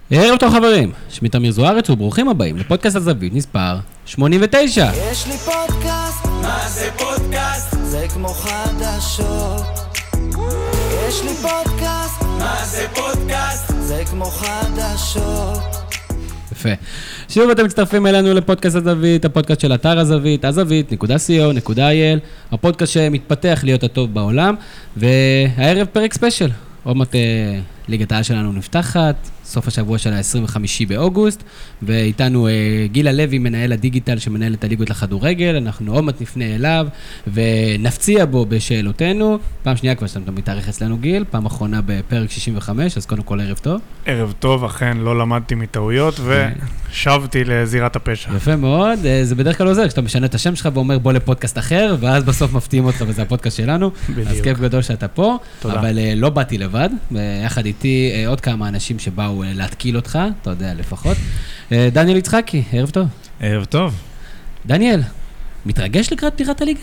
ערב טוב חברים, שמי תמיר זוארץ וברוכים הבאים לפודקאסט הזווית מספר 89. יש לי פודקאסט, מה זה פודקאסט? זה כמו חדשות. יש לי פודקאסט, מה זה פודקאסט? זה כמו חדשות. יפה. שוב אתם מצטרפים אלינו לפודקאסט הזווית, הפודקאסט של אתר הזווית, הזווית.co.il, הפודקאסט שמתפתח להיות הטוב בעולם, והערב פרק ספיישל. עוד מעט ליגת העל שלנו נפתחת, סוף השבוע של ה-25 באוגוסט, ואיתנו גיל הלוי, מנהל הדיגיטל שמנהל את הליגות לכדורגל, אנחנו עוד מעט נפנה אליו ונפציע בו בשאלותינו. פעם שנייה כבר שאתה מתארח אצלנו גיל, פעם אחרונה בפרק 65, אז קודם כל ערב טוב. ערב טוב, אכן לא למדתי מטעויות ושבתי לזירת הפשע. יפה מאוד, זה בדרך כלל עוזר, כשאתה משנה את השם שלך ואומר בוא לפודקאסט אחר, ואז בסוף מפתיעים אותך וזה הפודקאסט שלנו. בדיוק. אז כיף גדול שאתה פה, תודה. אבל לא באתי לבד, יחד איתי עוד כמה אנשים שבאו להתקיל אותך, אתה יודע לפחות. דניאל יצחקי, ערב טוב. ערב טוב. דניאל, מתרגש לקראת פתיחת הליגה?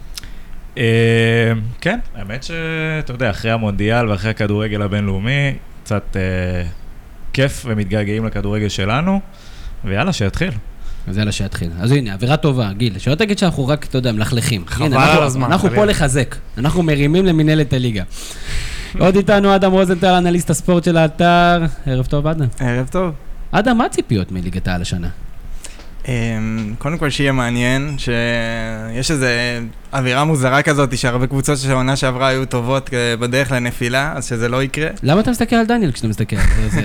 כן, האמת שאתה יודע, אחרי המונדיאל ואחרי הכדורגל הבינלאומי, קצת כיף ומתגעגעים לכדורגל שלנו, ויאללה, שיתחיל. אז יאללה שיתחיל. אז הנה, אווירה טובה, גיל, שלא תגיד שאנחנו רק, אתה יודע, מלכלכים. חבל על הזמן. אנחנו פה לחזק, אנחנו מרימים למנהלת הליגה. עוד איתנו אדם רוזנטל, אנליסט הספורט של האתר. ערב טוב, אדם. ערב טוב. אדם, מה הציפיות מליגת העל השנה? קודם כל שיהיה מעניין, שיש איזו אווירה מוזרה כזאת, שהרבה קבוצות של העונה שעברה היו טובות בדרך לנפילה, אז שזה לא יקרה. למה אתה מסתכל על דניאל כשאתה מסתכל?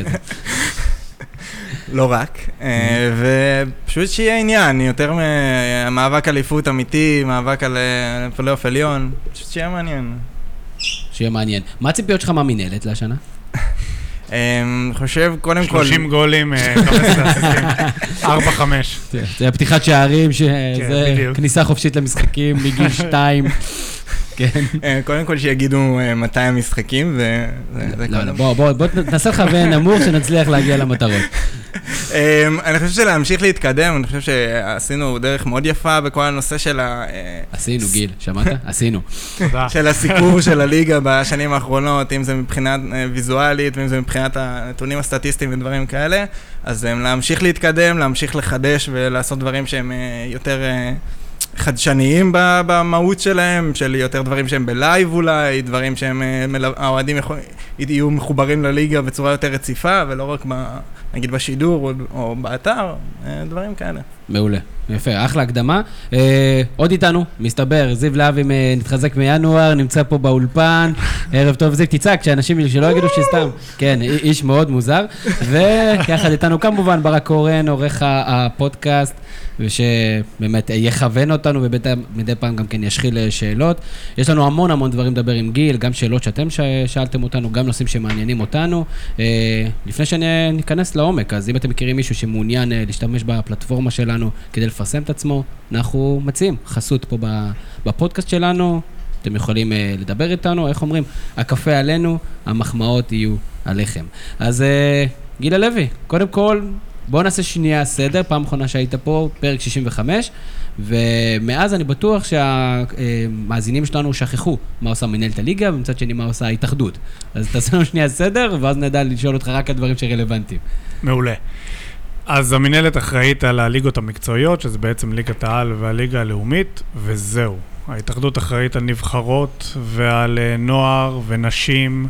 לא רק. ופשוט שיהיה עניין, יותר מאבק אליפות אמיתי, מאבק על פלייאוף עליון, פשוט שיהיה מעניין. שיהיה מעניין. מה הציפיות שלך מהמנהלת לשנה? חושב, קודם כל... 30 גולים, 15 אסיסטים, 4-5. זה הפתיחת שערים, שזה כניסה חופשית למשחקים מגיל 2. כן. קודם כל שיגידו מתי המשחקים, זה לא, בוא ננסה לכוון נמוך שנצליח להגיע למטרות. אני חושב שלהמשיך להתקדם, אני חושב שעשינו דרך מאוד יפה בכל הנושא של עשינו, גיל, שמעת? עשינו. תודה. של הסיקור של הליגה בשנים האחרונות, אם זה מבחינה ויזואלית, ואם זה מבחינת הנתונים הסטטיסטיים ודברים כאלה, אז להמשיך להתקדם, להמשיך לחדש ולעשות דברים שהם יותר חדשניים במהות שלהם, של יותר דברים שהם בלייב אולי, דברים שהם, האוהדים יהיו מחוברים לליגה בצורה יותר רציפה, ולא רק נגיד בשידור או באתר, דברים כאלה. מעולה, יפה, אחלה הקדמה. עוד איתנו, מסתבר, זיו להבי נתחזק מינואר, נמצא פה באולפן. ערב טוב זיו, תצעק, שאנשים שלא יגידו שסתם. כן, איש מאוד מוזר. וכיחד איתנו כמובן ברק קורן, עורך הפודקאסט, ושבאמת יכוון אותנו, ומדי פעם גם כן ישחיל שאלות. יש לנו המון דברים לדבר עם גיל, גם שאלות שאתם שאלתם אותנו, גם נושאים שמעניינים אותנו. לפני שניכנס לעומק, אז אם אתם מכירים מישהו שמעוניין להשתמש בפלטפורמה שלנו כדי לפרסם את עצמו, אנחנו מציעים חסות פה בפודקאסט שלנו, אתם יכולים לדבר איתנו, איך אומרים? הקפה עלינו, המחמאות יהיו עליכם. אז גיל הלוי, קודם כל, בואו נעשה שנייה סדר, פעם אחרונה שהיית פה, פרק 65, ומאז אני בטוח שהמאזינים שלנו שכחו מה עושה מנהלת הליגה, ומצד שני מה עושה ההתאחדות. אז תעשה לנו שנייה סדר, ואז נדע לשאול אותך רק הדברים שרלוונטיים. מעולה. אז המנהלת אחראית על הליגות המקצועיות, שזה בעצם ליגת העל והליגה הלאומית, וזהו. ההתאחדות אחראית על נבחרות ועל נוער ונשים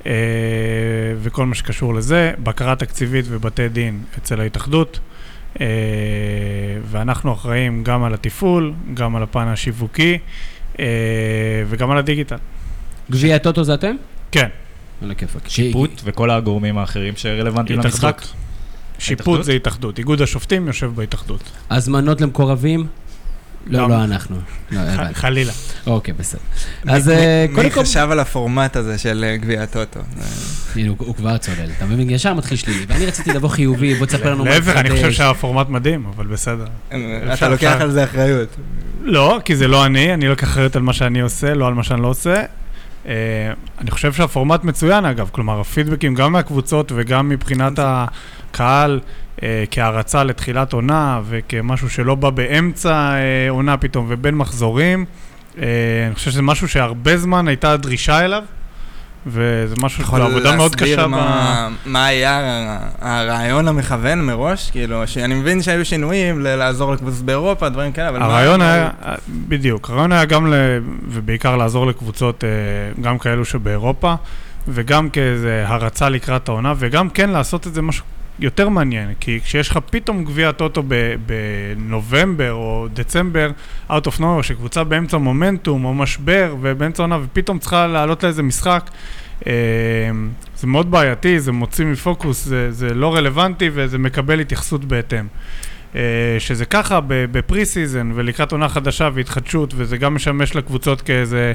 וכל מה שקשור לזה, בקרה תקציבית ובתי דין אצל ההתאחדות, ואנחנו אחראים גם על התפעול, גם על הפן השיווקי וגם על הדיגיטל. גביע הטוטו זה אתם? כן. על הכיפק. שיפוט וכל הגורמים האחרים שרלוונטיים למשחק. שיפוט זה התאחדות. איגוד השופטים יושב בהתאחדות. הזמנות למקורבים? לא אנחנו. חלילה. אוקיי, בסדר. אז מי חשב על הפורמט הזה של גביע הטוטו? הנה, הוא כבר צולל. אתה מבין, ישר מתחיל שלילי. ואני רציתי לבוא חיובי, בוא תספר לנו מה להפך, אני חושב שהפורמט מדהים, אבל בסדר. אתה לוקח על זה אחריות. לא, כי זה לא אני לוקח אחריות על מה שאני עושה, לא על מה שאני לא עושה. אני חושב שהפורמט מצוין, אגב. כלומר, הפידבקים גם מהקבוצות וגם מבחינת הקהל, כהרצה לתחילת עונה וכמשהו שלא בא באמצע עונה פתאום ובין מחזורים. אני חושב שזה משהו שהרבה זמן הייתה דרישה אליו, וזה משהו, זו עבודה מאוד קשה. יכול להסביר מה היה הרעיון המכוון מראש? כאילו, שאני מבין שהיו שינויים לעזור לקבוצות באירופה, דברים כאלה, אבל הרעיון היה, בדיוק, הרעיון היה גם, ובעיקר לעזור לקבוצות גם כאלו שבאירופה, וגם כאיזה הרצה לקראת העונה, וגם כן לעשות את זה משהו יותר מעניין, כי כשיש לך פתאום גביע טוטו בנובמבר או דצמבר, out of nowhere, שקבוצה באמצע מומנטום או משבר ובאמצע עונה, ופתאום צריכה לעלות לאיזה משחק, זה מאוד בעייתי, זה מוציא מפוקוס, זה לא רלוונטי וזה מקבל התייחסות בהתאם. שזה ככה בפרי סיזן ולקראת עונה חדשה והתחדשות, וזה גם משמש לקבוצות כאיזה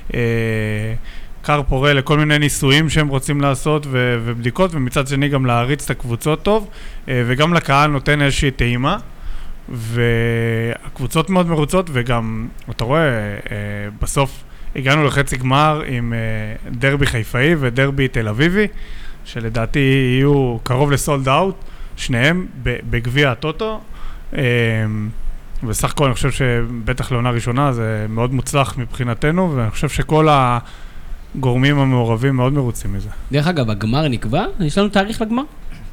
קר פורה לכל מיני ניסויים שהם רוצים לעשות ובדיקות, ומצד שני גם להריץ את הקבוצות טוב, וגם לקהל נותן איזושהי טעימה, והקבוצות מאוד מרוצות, וגם, אתה רואה, בסוף הגענו לחצי גמר עם דרבי חיפאי ודרבי תל אביבי, שלדעתי יהיו קרוב לסולד אאוט, שניהם בגביע הטוטו, וסך הכל אני חושב שבטח לעונה ראשונה זה מאוד מוצלח מבחינתנו, ואני חושב שכל הגורמים המעורבים מאוד מרוצים מזה. דרך אגב, הגמר נקבע? יש לנו תאריך לגמר?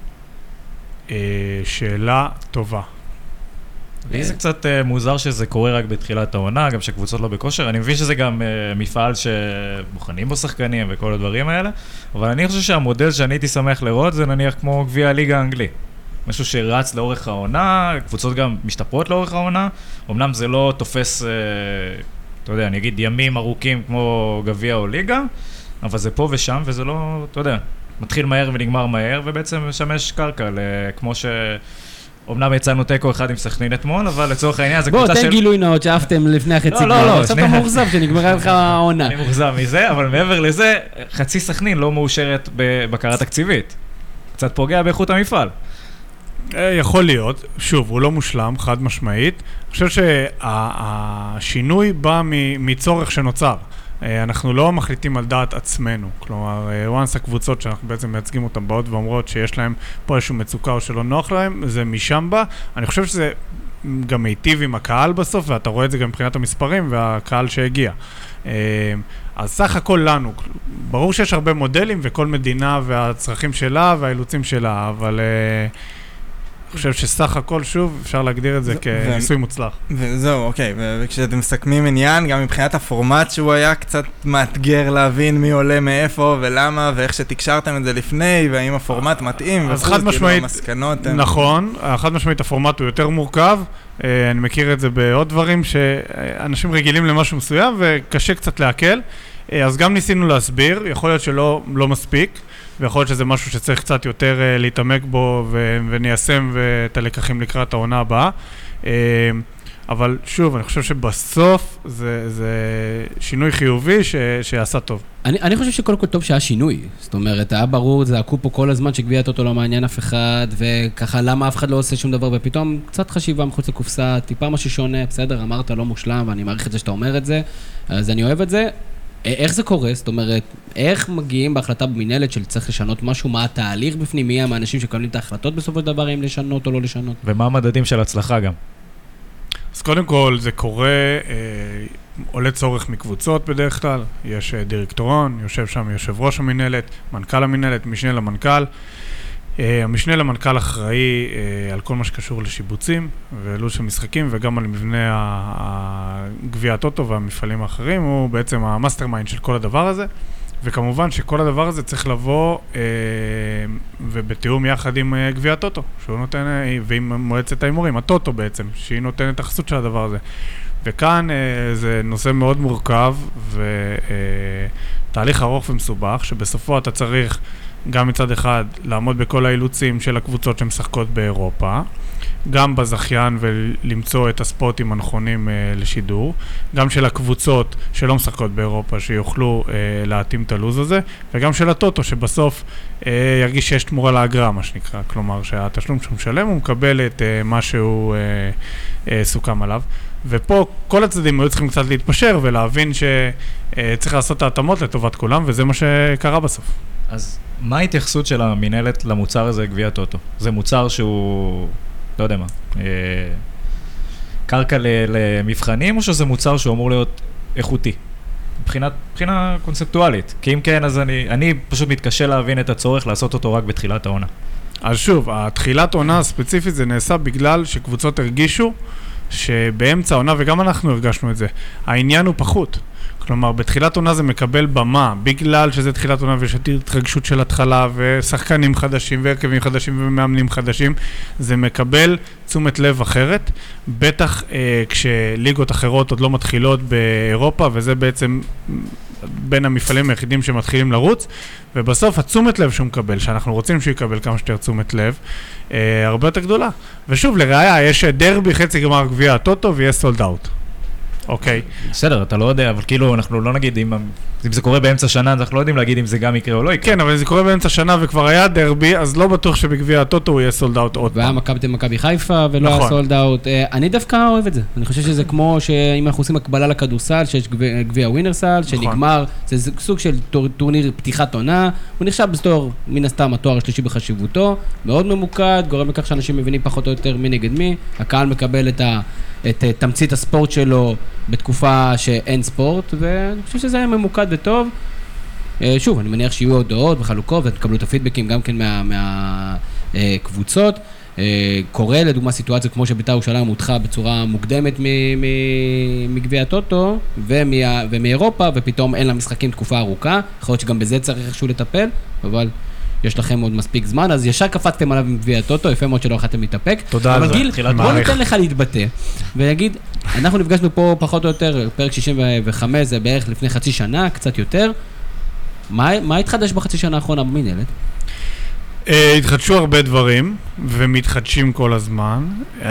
שאלה טובה. לי זה קצת מוזר שזה קורה רק בתחילת העונה, גם שקבוצות לא בכושר. אני מבין שזה גם מפעל שבוחנים בו שחקנים וכל הדברים האלה, אבל אני חושב שהמודל שאני הייתי שמח לראות זה נניח כמו גביע הליגה האנגלי. משהו שרץ לאורך העונה, קבוצות גם משתפרות לאורך העונה, אמנם זה לא תופס, אתה יודע, אני אגיד ימים ארוכים כמו גביע או ליגה, אבל זה פה ושם וזה לא, אתה יודע, מתחיל מהר ונגמר מהר, ובעצם משמש קרקע, כמו ש... אמנם יצאנו טקו אחד עם סכנין אתמול, אבל לצורך העניין זה קבוצה של... בוא, תן גילוי נאות שאפתם לפני החצי גמר. לא, עכשיו אתה מאוכזב שנגמרה לך העונה. אני מאוכזב מזה, אבל מעבר לזה, חצי סכנין לא מאושרת בבקרה תקציבית. קצת פוגע באיכות המפעל. יכול להיות, שוב, הוא לא מושלם, חד משמעית. אני חושב שהשינוי בא מצורך שנוצר. אנחנו לא מחליטים על דעת עצמנו, כלומר, once הקבוצות שאנחנו בעצם מייצגים אותן באות ואומרות שיש להם פה איזשהו מצוקה או שלא נוח להם, זה משם בא. אני חושב שזה גם מיטיב עם הקהל בסוף, ואתה רואה את זה גם מבחינת המספרים והקהל שהגיע. אז סך הכל לנו, ברור שיש הרבה מודלים וכל מדינה והצרכים שלה והאילוצים שלה, אבל... אני חושב שסך הכל, שוב, אפשר להגדיר את זה כניסוי מוצלח. וזהו, אוקיי, וכשאתם מסכמים עניין, גם מבחינת הפורמט שהוא היה קצת מאתגר להבין מי עולה מאיפה ולמה, ואיך שתקשרתם את זה לפני, והאם הפורמט מתאים, אז חד משמעית, נכון, חד משמעית הפורמט הוא יותר מורכב, אני מכיר את זה בעוד דברים שאנשים רגילים למשהו מסוים, וקשה קצת להקל, אז גם ניסינו להסביר, יכול להיות שלא מספיק, ויכול להיות שזה משהו שצריך קצת יותר להתעמק בו וניישם את הלקחים לקראת העונה הבאה. אבל שוב, אני חושב שבסוף זה שינוי חיובי שעשה טוב. אני חושב שקודם כל טוב שהיה שינוי. זאת אומרת, היה ברור, זעקו פה כל הזמן שגביע הטוטו לא מעניין אף אחד, וככה למה אף אחד לא עושה שום דבר, ופתאום קצת חשיבה מחוץ לקופסה, טיפה משהו שונה, בסדר, אמרת לא מושלם, ואני מעריך את זה שאתה אומר את זה, אז אני אוהב את זה. איך זה קורה? זאת אומרת, איך מגיעים בהחלטה במנהלת של צריך לשנות משהו? מה התהליך בפנים? מי הם האנשים שקבלים את ההחלטות בסופו של דבר, אם לשנות או לא לשנות? ומה המדדים של הצלחה גם? אז קודם כל, זה קורה, עולה צורך מקבוצות בדרך כלל, יש דירקטורון, יושב שם יושב ראש המנהלת, מנכ"ל המנהלת, משנה למנכ"ל. המשנה למנכ"ל אחראי על כל מה שקשור לשיבוצים ולו"ז של משחקים, וגם על מבנה גביע הטוטו והמפעלים האחרים, הוא בעצם המאסטר מיינד של כל הדבר הזה, וכמובן שכל הדבר הזה צריך לבוא ובתיאום יחד עם גביע הטוטו, שהוא נותן, ועם מועצת ההימורים, הטוטו בעצם, שהיא נותנת החסות של הדבר הזה. וכאן זה נושא מאוד מורכב ותהליך ארוך ומסובך, שבסופו אתה צריך גם מצד אחד לעמוד בכל האילוצים של הקבוצות שמשחקות באירופה, גם בזכיין ולמצוא את הספוטים הנכונים לשידור, גם של הקבוצות שלא משחקות באירופה שיוכלו להתאים את הלוז הזה, וגם של הטוטו שבסוף ירגיש שיש תמורה לאגרה, מה שנקרא, כלומר שהתשלום שהוא משלם הוא מקבל את מה שהוא סוכם עליו. ופה כל הצדדים היו צריכים קצת להתפשר ולהבין שצריך לעשות את ההתאמות לטובת כולם, וזה מה שקרה בסוף. אז מה ההתייחסות של המנהלת למוצר הזה, גביע טוטו? זה מוצר שהוא, לא יודע מה, קרקע למבחנים, או שזה מוצר שהוא אמור להיות איכותי? מבחינה קונספטואלית. כי אם כן, אז אני פשוט מתקשה להבין את הצורך לעשות אותו רק בתחילת העונה. אז שוב, התחילת עונה הספציפית זה נעשה בגלל שקבוצות הרגישו שבאמצע העונה, וגם אנחנו הרגשנו את זה, העניין הוא פחות. כלומר, בתחילת עונה זה מקבל במה, בגלל שזה תחילת עונה ויש התרגשות של התחלה, ושחקנים חדשים, והרכבים חדשים ומאמנים חדשים, זה מקבל תשומת לב אחרת, בטח כשליגות אחרות עוד לא מתחילות באירופה, וזה בעצם בין המפעלים היחידים שמתחילים לרוץ, ובסוף התשומת לב שהוא מקבל, שאנחנו רוצים שהוא יקבל כמה שיותר תשומת לב, הרבה יותר גדולה. ושוב, לראיה, יש דרבי חצי גמר גביע הטוטו ויש סולד אאוט. אוקיי. בסדר, אתה לא יודע, אבל כאילו אנחנו לא נגיד, אם זה קורה באמצע שנה, אנחנו לא יודעים להגיד אם זה גם יקרה או לא יקרה. כן, אבל אם זה קורה באמצע שנה וכבר היה דרבי, אז לא בטוח שבגביע הטוטו הוא יהיה סולד אאוט עוד פעם. והיה מכבי חיפה ולא היה סולד אאוט. אני דווקא אוהב את זה. אני חושב שזה כמו שאם אנחנו עושים הקבלה לכדורסל, שיש גביע ווינרסל, שנגמר, זה סוג של טורניר פתיחת עונה, הוא נחשב בסתור, מן הסתם, התואר השלישי בחשיבותו, מאוד ממוקד, גורם לכך שאנשים מבינים פחות או יותר מי נגד מי, הקהל מקבל את תמצית הספורט שלו בתקופה שאין ספורט, ואני חושב שזה היה ממוקד וטוב. שוב, אני מניח שיהיו הודעות וחלוקות, ותקבלו את הפידבקים גם כן מהקבוצות. קורה לדוגמה סיטואציה כמו שבית"ר ירושלים הודחה בצורה מוקדמת מגביע הטוטו ומאירופה, ופתאום אין לה משחקים תקופה ארוכה. יכול להיות שגם בזה צריך איכשהו לטפל, אבל יש לכם עוד מספיק זמן, אז ישר קפצתם עליו עם גביע הטוטו, יפה מאוד שלא יכלתם להתאפק. תודה על על זה. אבל גיל, בוא ניתן לך להתבטא, ונגיד, אנחנו נפגשנו פה פחות או יותר, פרק 65, זה בערך לפני חצי שנה, קצת יותר. מה התחדש בחצי שנה האחרונה במינהלת? התחדשו הרבה דברים, ומתחדשים כל הזמן.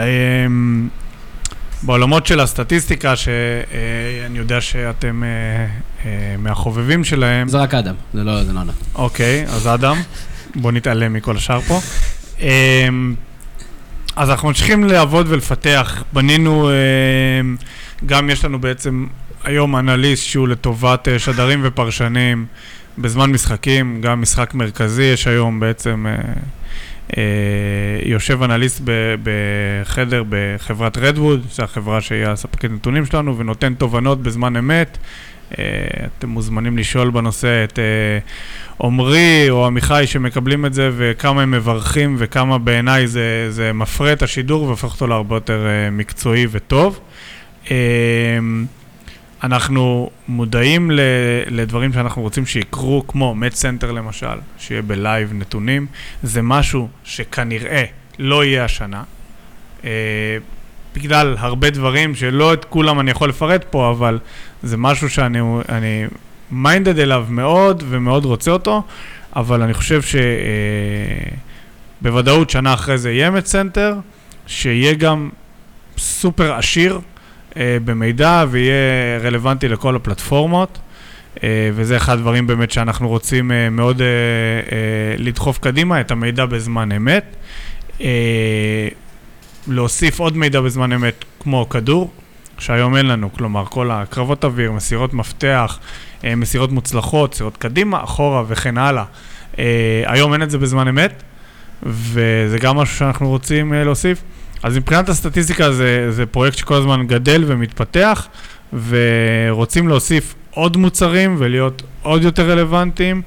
בעולמות של הסטטיסטיקה, שאני יודע שאתם מהחובבים שלהם. זה רק אדם, זה לא עונה. אוקיי, אז אדם, בוא נתעלם מכל השאר פה. אז אנחנו ממשיכים לעבוד ולפתח. בנינו, גם יש לנו בעצם היום אנליסט שהוא לטובת שדרים ופרשנים בזמן משחקים, גם משחק מרכזי יש היום בעצם יושב אנליסט בחדר בחברת רדווד, זו החברה שהיא הספקית נתונים שלנו, ונותן תובנות בזמן אמת. אתם מוזמנים לשאול בנושא את עומרי או עמיחי שמקבלים את זה, וכמה הם מברכים וכמה בעיניי זה מפרה את השידור והופך אותו להרבה יותר מקצועי וטוב. אנחנו מודעים לדברים שאנחנו רוצים שיקרו, כמו Match Center למשל, שיהיה בלייב נתונים. זה משהו שכנראה לא יהיה השנה, בגלל הרבה דברים שלא את כולם אני יכול לפרט פה, אבל זה משהו שאני מיינדד אליו מאוד ומאוד רוצה אותו, אבל אני חושב שבוודאות שנה אחרי זה יהיה Match Center, שיהיה גם סופר עשיר, במידע ויהיה רלוונטי לכל הפלטפורמות, וזה אחד הדברים באמת שאנחנו רוצים מאוד לדחוף קדימה, את המידע בזמן אמת, להוסיף עוד מידע בזמן אמת כמו כדור, שהיום אין לנו, כלומר כל הקרבות אוויר, מסירות מפתח, מסירות מוצלחות, מסירות קדימה, אחורה וכן הלאה. היום אין את זה בזמן אמת, וזה גם משהו שאנחנו רוצים להוסיף. אז מבחינת הסטטיסטיקה זה פרויקט שכל הזמן גדל ומתפתח, ורוצים להוסיף עוד מוצרים ולהיות עוד יותר רלוונטיים,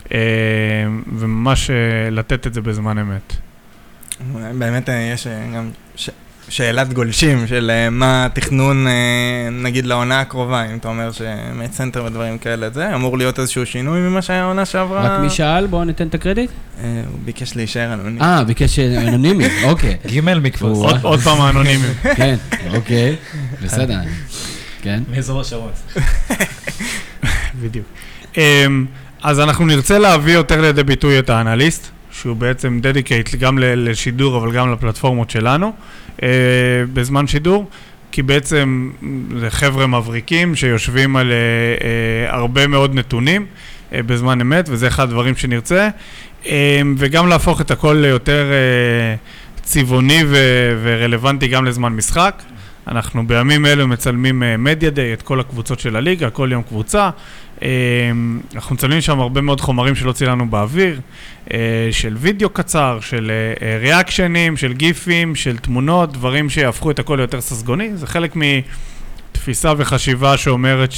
וממש לתת את זה בזמן אמת. באמת יש גם שאלת גולשים של מה התכנון, נגיד לעונה הקרובה, אם אתה אומר שמאט סנטר ודברים כאלה, זה אמור להיות איזשהו שינוי ממה שהיה העונה שעברה. רק מי שאל, בואו ניתן את הקרדיט. הוא ביקש להישאר אנונימי. ביקש אנונימי, אוקיי. גימל מקפוץ. עוד פעם האנונימיים. כן, אוקיי, בסדר. כן. מאזור השרון. בדיוק. אז אנחנו נרצה להביא יותר לידי ביטוי את האנליסט, שהוא בעצם דדיקייט גם לשידור, אבל גם לפלטפורמות שלנו, בזמן שידור, כי בעצם זה חבר'ה מבריקים שיושבים על הרבה מאוד נתונים בזמן אמת, וזה אחד הדברים שנרצה, וגם להפוך את הכל ליותר צבעוני ורלוונטי גם לזמן משחק. אנחנו בימים אלו מצלמים מדיה דיי, את כל הקבוצות של הליגה, כל יום קבוצה. אנחנו מצלמים שם הרבה מאוד חומרים שלא צילנו באוויר, של וידאו קצר, של ריאקשנים, של גיפים, של תמונות, דברים שיהפכו את הכל יותר ססגוני. זה חלק תפיסה וחשיבה שאומרת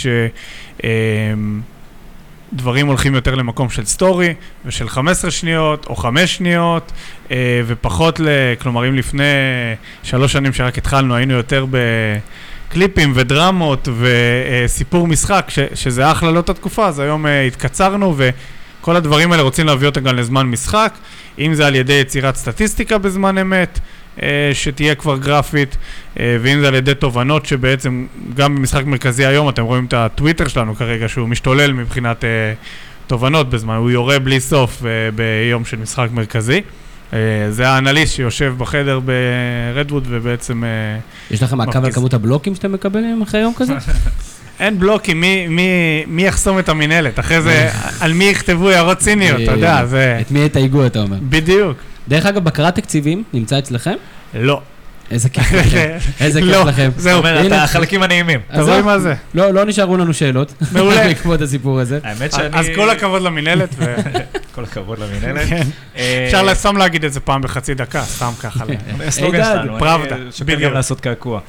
דברים הולכים יותר למקום של סטורי, ושל 15 שניות, או 5 שניות, ופחות כלומר, אם לפני 3 שנים שרק התחלנו, היינו יותר בקליפים ודרמות, וסיפור משחק, שזה אחלה לאותה תקופה, אז היום התקצרנו, וכל הדברים האלה רוצים להביא אותם גם לזמן משחק, אם זה על ידי יצירת סטטיסטיקה בזמן אמת, שתהיה כבר גרפית, ואם זה על ידי תובנות שבעצם גם במשחק מרכזי היום, אתם רואים את הטוויטר שלנו כרגע, שהוא משתולל מבחינת תובנות בזמן, הוא יורה בלי סוף ביום של משחק מרכזי. זה האנליסט שיושב בחדר ברדווד ובעצם... יש לכם מעקב על כמות הבלוקים שאתם מקבלים אחרי יום כזה? אין בלוקים, מי יחסום את המנהלת? אחרי זה, על מי יכתבו הערות ציניות, אתה יודע, זה... את מי יתייגו, אתה אומר. בדיוק. דרך אגב, בקרת תקציבים נמצא אצלכם? לא. איזה כיף לכם. איזה כיף לכם. זה אומר, אתה החלקים הנעימים. אתה רואים מה זה? לא נשארו לנו שאלות. מעולה. בעקבות הסיפור הזה. האמת שאני... אז כל הכבוד למנהלת. כל הכבוד למנהלת. אפשר לסתם להגיד את זה פעם בחצי דקה, סתם ככה. הסלוגן שלנו. פראבדה. שוקל גם לעשות קעקוע.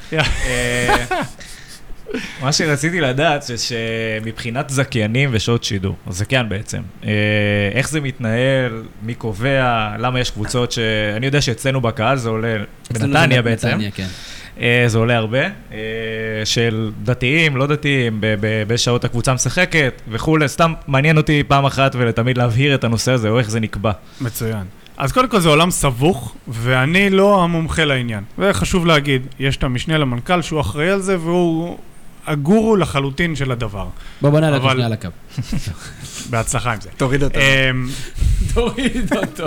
מה שרציתי לדעת זה שמבחינת זכיינים ושעות שידור, זכיין בעצם, איך זה מתנהל, מי קובע, למה יש קבוצות אני יודע שאצלנו בקהל זה עולה, בנתניה בעצם, זה עולה הרבה, של דתיים, לא דתיים, בשעות הקבוצה משחקת וכו', סתם מעניין אותי פעם אחת ולתמיד להבהיר את הנושא הזה, או איך זה נקבע. מצוין. אז קודם כל זה עולם סבוך, ואני לא המומחה לעניין. וחשוב להגיד, יש את המשנה למנכ"ל שהוא אחראי על זה, והוא הגורו לחלוטין של הדבר. בוא נעלה את השנייה על הקו. בהצלחה עם זה. תוריד אותו. תוריד אותו.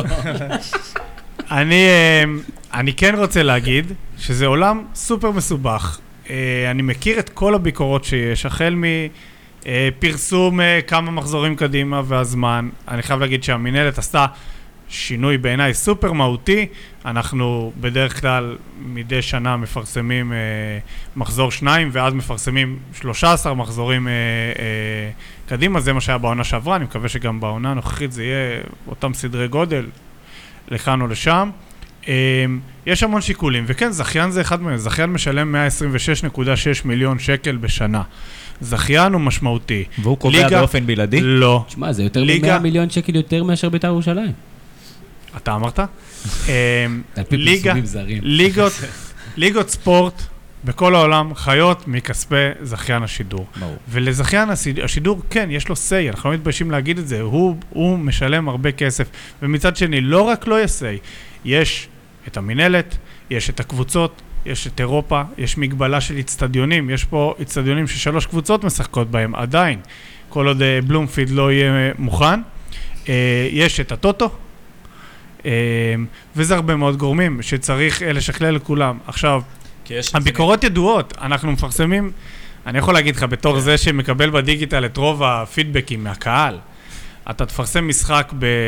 אני כן רוצה להגיד שזה עולם סופר מסובך. אני מכיר את כל הביקורות שיש, החל מפרסום כמה מחזורים קדימה והזמן. אני חייב להגיד שהמנהלת עשתה שינוי בעיניי סופר מהותי. אנחנו בדרך כלל מדי שנה מפרסמים מחזור 2 ואז מפרסמים 13 מחזורים קדימה. זה מה שהיה בעונה שעברה, אני מקווה שגם בעונה הנוכחית זה יהיה אותם סדרי גודל לכאן או לשם. יש המון שיקולים, וכן, זכיין זה אחד מהם. זכיין משלם 126.6 מיליון שקל בשנה. זכיין הוא משמעותי. והוא קובע באופן בלעדי? לא. תשמע, זה יותר מ-100 מיליון שקל יותר מאשר בית"ר ירושלים. אתה אמרת? על פי פרסומים זרים. ליגות ספורט בכל העולם חיות מכספי זכיין השידור. ברור. ולזכיין השידור, כן, יש לו say, אנחנו לא מתביישים להגיד את זה, הוא משלם הרבה כסף, ומצד שני, לא רק לא יש say, יש את המנהלת, יש את הקבוצות, יש את אירופה, יש מגבלה של אצטדיונים, יש פה אצטדיונים ש3 קבוצות משחקות בהם, עדיין, כל עוד בלומפילד לא יהיה מוכן, יש את הטוטו, וזה הרבה מאוד גורמים שצריך לשכלל לכולם. עכשיו, הביקורות ידועות, אנחנו מפרסמים, אני יכול להגיד לך, בתור זה שמקבל בדיגיטל את רוב הפידבקים מהקהל, אתה תפרסם משחק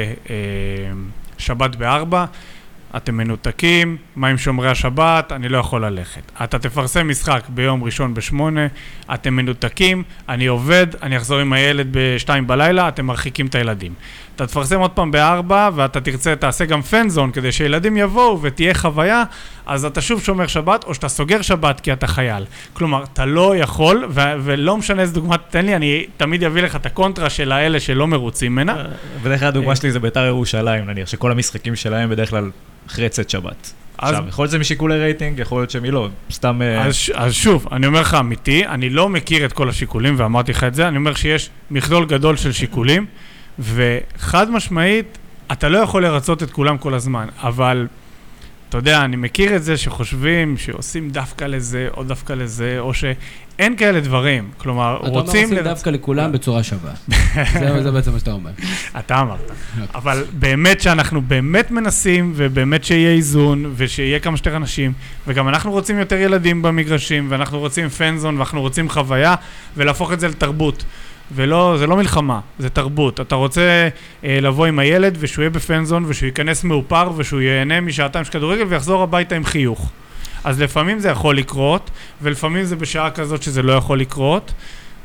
בשבת ב4, אתם מנותקים, מה עם שומרי השבת, אני לא יכול ללכת. אתה תפרסם משחק ביום ראשון ב8, אתם מנותקים, אני עובד, אני אחזור עם הילד ב2 בלילה, אתם מרחיקים את הילדים. אתה תפרסם עוד פעם ב4, ואתה תעשה גם פנזון, כדי שילדים יבואו ותהיה חוויה, אז אתה שוב שומר שבת, או שאתה סוגר שבת כי אתה חייל. כלומר, אתה לא יכול, ולא משנה איזה דוגמה תתן לי, אני תמיד אביא לך את הקונטרה של האלה שלא מרוצים ממנה. בדרך כלל הדוגמה שלי זה בית"ר ירושלים, נניח, שכל המשחקים שלהם בדרך כלל אחרי צאת שבת. עכשיו, יכול להיות זה משיקולי רייטינג, יכול להיות שמי לא, סתם... אז שוב, אני אומר לך אמיתי, אני לא מכיר את כל השיקולים, ואמרתי לך את זה, אני אומר שיש מכלול גדול של שיקולים, וחד משמעית, אתה לא יכול לרצות את כולם כל הזמן, אבל, אתה יודע, אני מכיר את זה שחושבים שעושים דווקא לזה, או דווקא לזה, או שאין כאלה דברים, כלומר, רוצים... אתה אומר עושים דווקא לכולם בצורה שווה. זה בעצם מה שאתה אומר. אתה אמרת. אבל באמת שאנחנו באמת מנסים, ובאמת שיהיה איזון, ושיהיה כמה שיותר אנשים, וגם אנחנו רוצים יותר ילדים במגרשים, ואנחנו רוצים פנזון, ואנחנו רוצים חוויה, ולהפוך את זה לתרבות. ולא, זה לא מלחמה, זה תרבות. אתה רוצה לבוא עם הילד ושהוא יהיה בפנזון ושהוא ייכנס מאופר ושהוא ייהנה משעתיים של כדורגל ויחזור הביתה עם חיוך. אז לפעמים זה יכול לקרות, ולפעמים זה בשעה כזאת שזה לא יכול לקרות,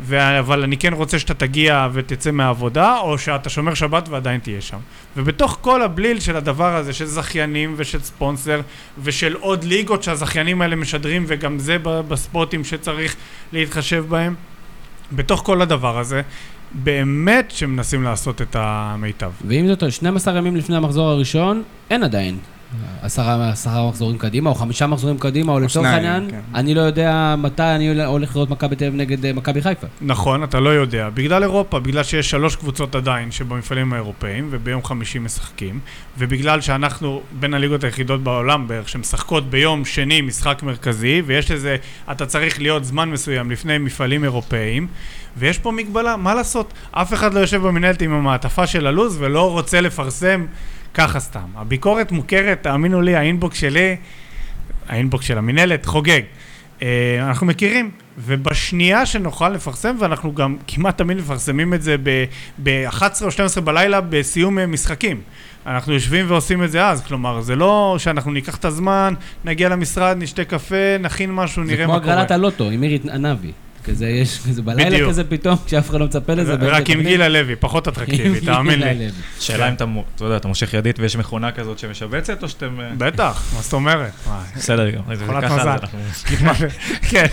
אבל אני כן רוצה שאתה תגיע ותצא מהעבודה, או שאתה שומר שבת ועדיין תהיה שם. ובתוך כל הבליל של הדבר הזה, של זכיינים ושל ספונסר, ושל עוד ליגות שהזכיינים האלה משדרים, וגם זה בספוטים שצריך להתחשב בהם, בתוך כל הדבר הזה, באמת שמנסים לעשות את המיטב. ואם זאת 12 ימים לפני המחזור הראשון, אין עדיין 10 מחזורים קדימה, או 5 מחזורים קדימה, או לצורך העניין, אני לא יודע מתי אני הולך לראות מכבי תל אביב נגד מכבי חיפה. נכון, אתה לא יודע. בגלל אירופה, בגלל שיש 3 קבוצות עדיין שבמפעלים האירופאים, וביום חמישי משחקים, ובגלל שאנחנו בין הליגות היחידות בעולם בערך, שמשחקות ביום שני משחק מרכזי, ויש לזה, אתה צריך להיות זמן מסוים לפני מפעלים אירופאים, ויש פה מגבלה, מה לעשות? אף אחד לא יושב במנהלת עם המעטפה של הלוז, ולא רוצה לפרסם ככה סתם. הביקורת מוכרת, תאמינו לי, האינבוקס של המנהלת חוגג. אנחנו מכירים, ובשנייה שנוכל לפרסם, ואנחנו גם כמעט תמיד מפרסמים את זה ב-11 או 12 בלילה בסיום משחקים. אנחנו יושבים ועושים את זה אז, כלומר, זה לא שאנחנו ניקח את הזמן, נגיע למשרד, נשתה קפה, נכין משהו, נראה מה קורה. זה כמו הגרלת הלוטו, עם מירי ענבי. כזה יש, כזה בלילה כזה פתאום, כשאף אחד לא מצפה לזה. רק עם גילה לוי, פחות אטרקטיבי, תאמין לי. שאלה אם אתה יודע, אתה מושך ידית ויש מכונה כזאת שמשבצת, או שאתם... בטח, מה זאת אומרת? בסדר, גם. חולת מזל. כן.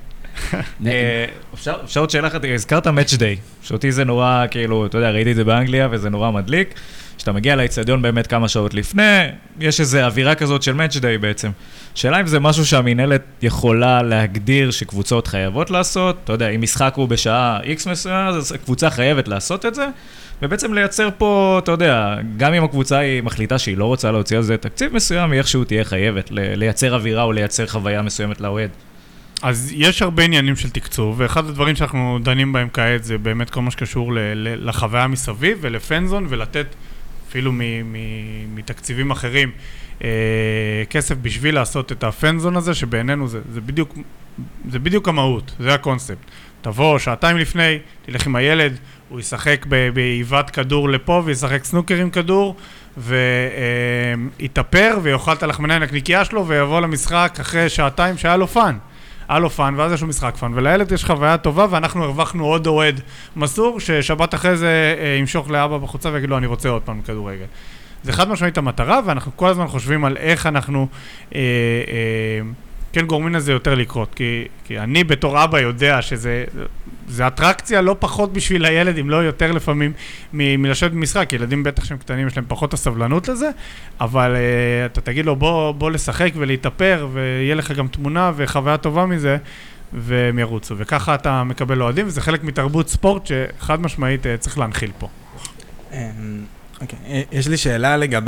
אפשר עוד שאלה אחת, הזכרת Match Day, שאותי זה נורא, כאילו, אתה יודע, ראיתי את זה באנגליה וזה נורא מדליק, שאתה מגיע לאצטדיון באמת כמה שעות לפני, יש איזו אווירה כזאת של Match Day בעצם. שאלה אם זה משהו שהמנהלת יכולה להגדיר שקבוצות חייבות לעשות, אתה יודע, אם משחק הוא בשעה X מסוים, אז הקבוצה חייבת לעשות את זה, ובעצם לייצר פה, אתה יודע, גם אם הקבוצה היא מחליטה שהיא לא רוצה להוציא על זה תקציב מסוים, איכשהו תהיה חייבת לייצר אווירה או לייצר חוויה מסוימת לאוהד. אז יש הרבה עניינים של תקצוב, ואחד הדברים שאנחנו דנים בהם כעת זה באמת כל מה שקשור לחוויה מסביב ולפנזון, ולתת אפילו מתקציבים אחרים כסף בשביל לעשות את הפנזון הזה, שבעינינו זה בדיוק המהות, זה הקונספט. תבוא שעתיים לפני, תלך עם הילד, הוא ישחק בעיבת כדור לפה, וישחק סנוקר עם כדור, ויתאפר, ויאכל את הלחמניה נקניקייה שלו, ויבוא למשחק אחרי שעתיים שהיה לו פן. היה לו פן, ואז יש לו משחק פן, ולילד יש חוויה טובה, ואנחנו הרווחנו עוד אוהד מסור, ששבת אחרי זה ימשוך לאבא בחוצה, ויגיד לו, אני רוצה עוד פעם כדורגל. זה חד משמעית המטרה, ואנחנו כל הזמן חושבים על איך אנחנו כן גורמים לזה יותר לקרות, כי אני בתור אבא יודע שזה אטרקציה לא פחות בשביל הילד, אם לא יותר לפעמים מלשבת במשחק, ילדים בטח שהם קטנים, יש להם פחות הסבלנות לזה, אבל אתה תגיד לו בוא לשחק ולהתאפר, ויהיה לך גם תמונה וחוויה טובה מזה, והם ירוצו, וככה אתה מקבל אוהדים, וזה חלק מתרבות ספורט שחד משמעית צריך להנחיל פה. אוקיי, יש לי שאלה לגבי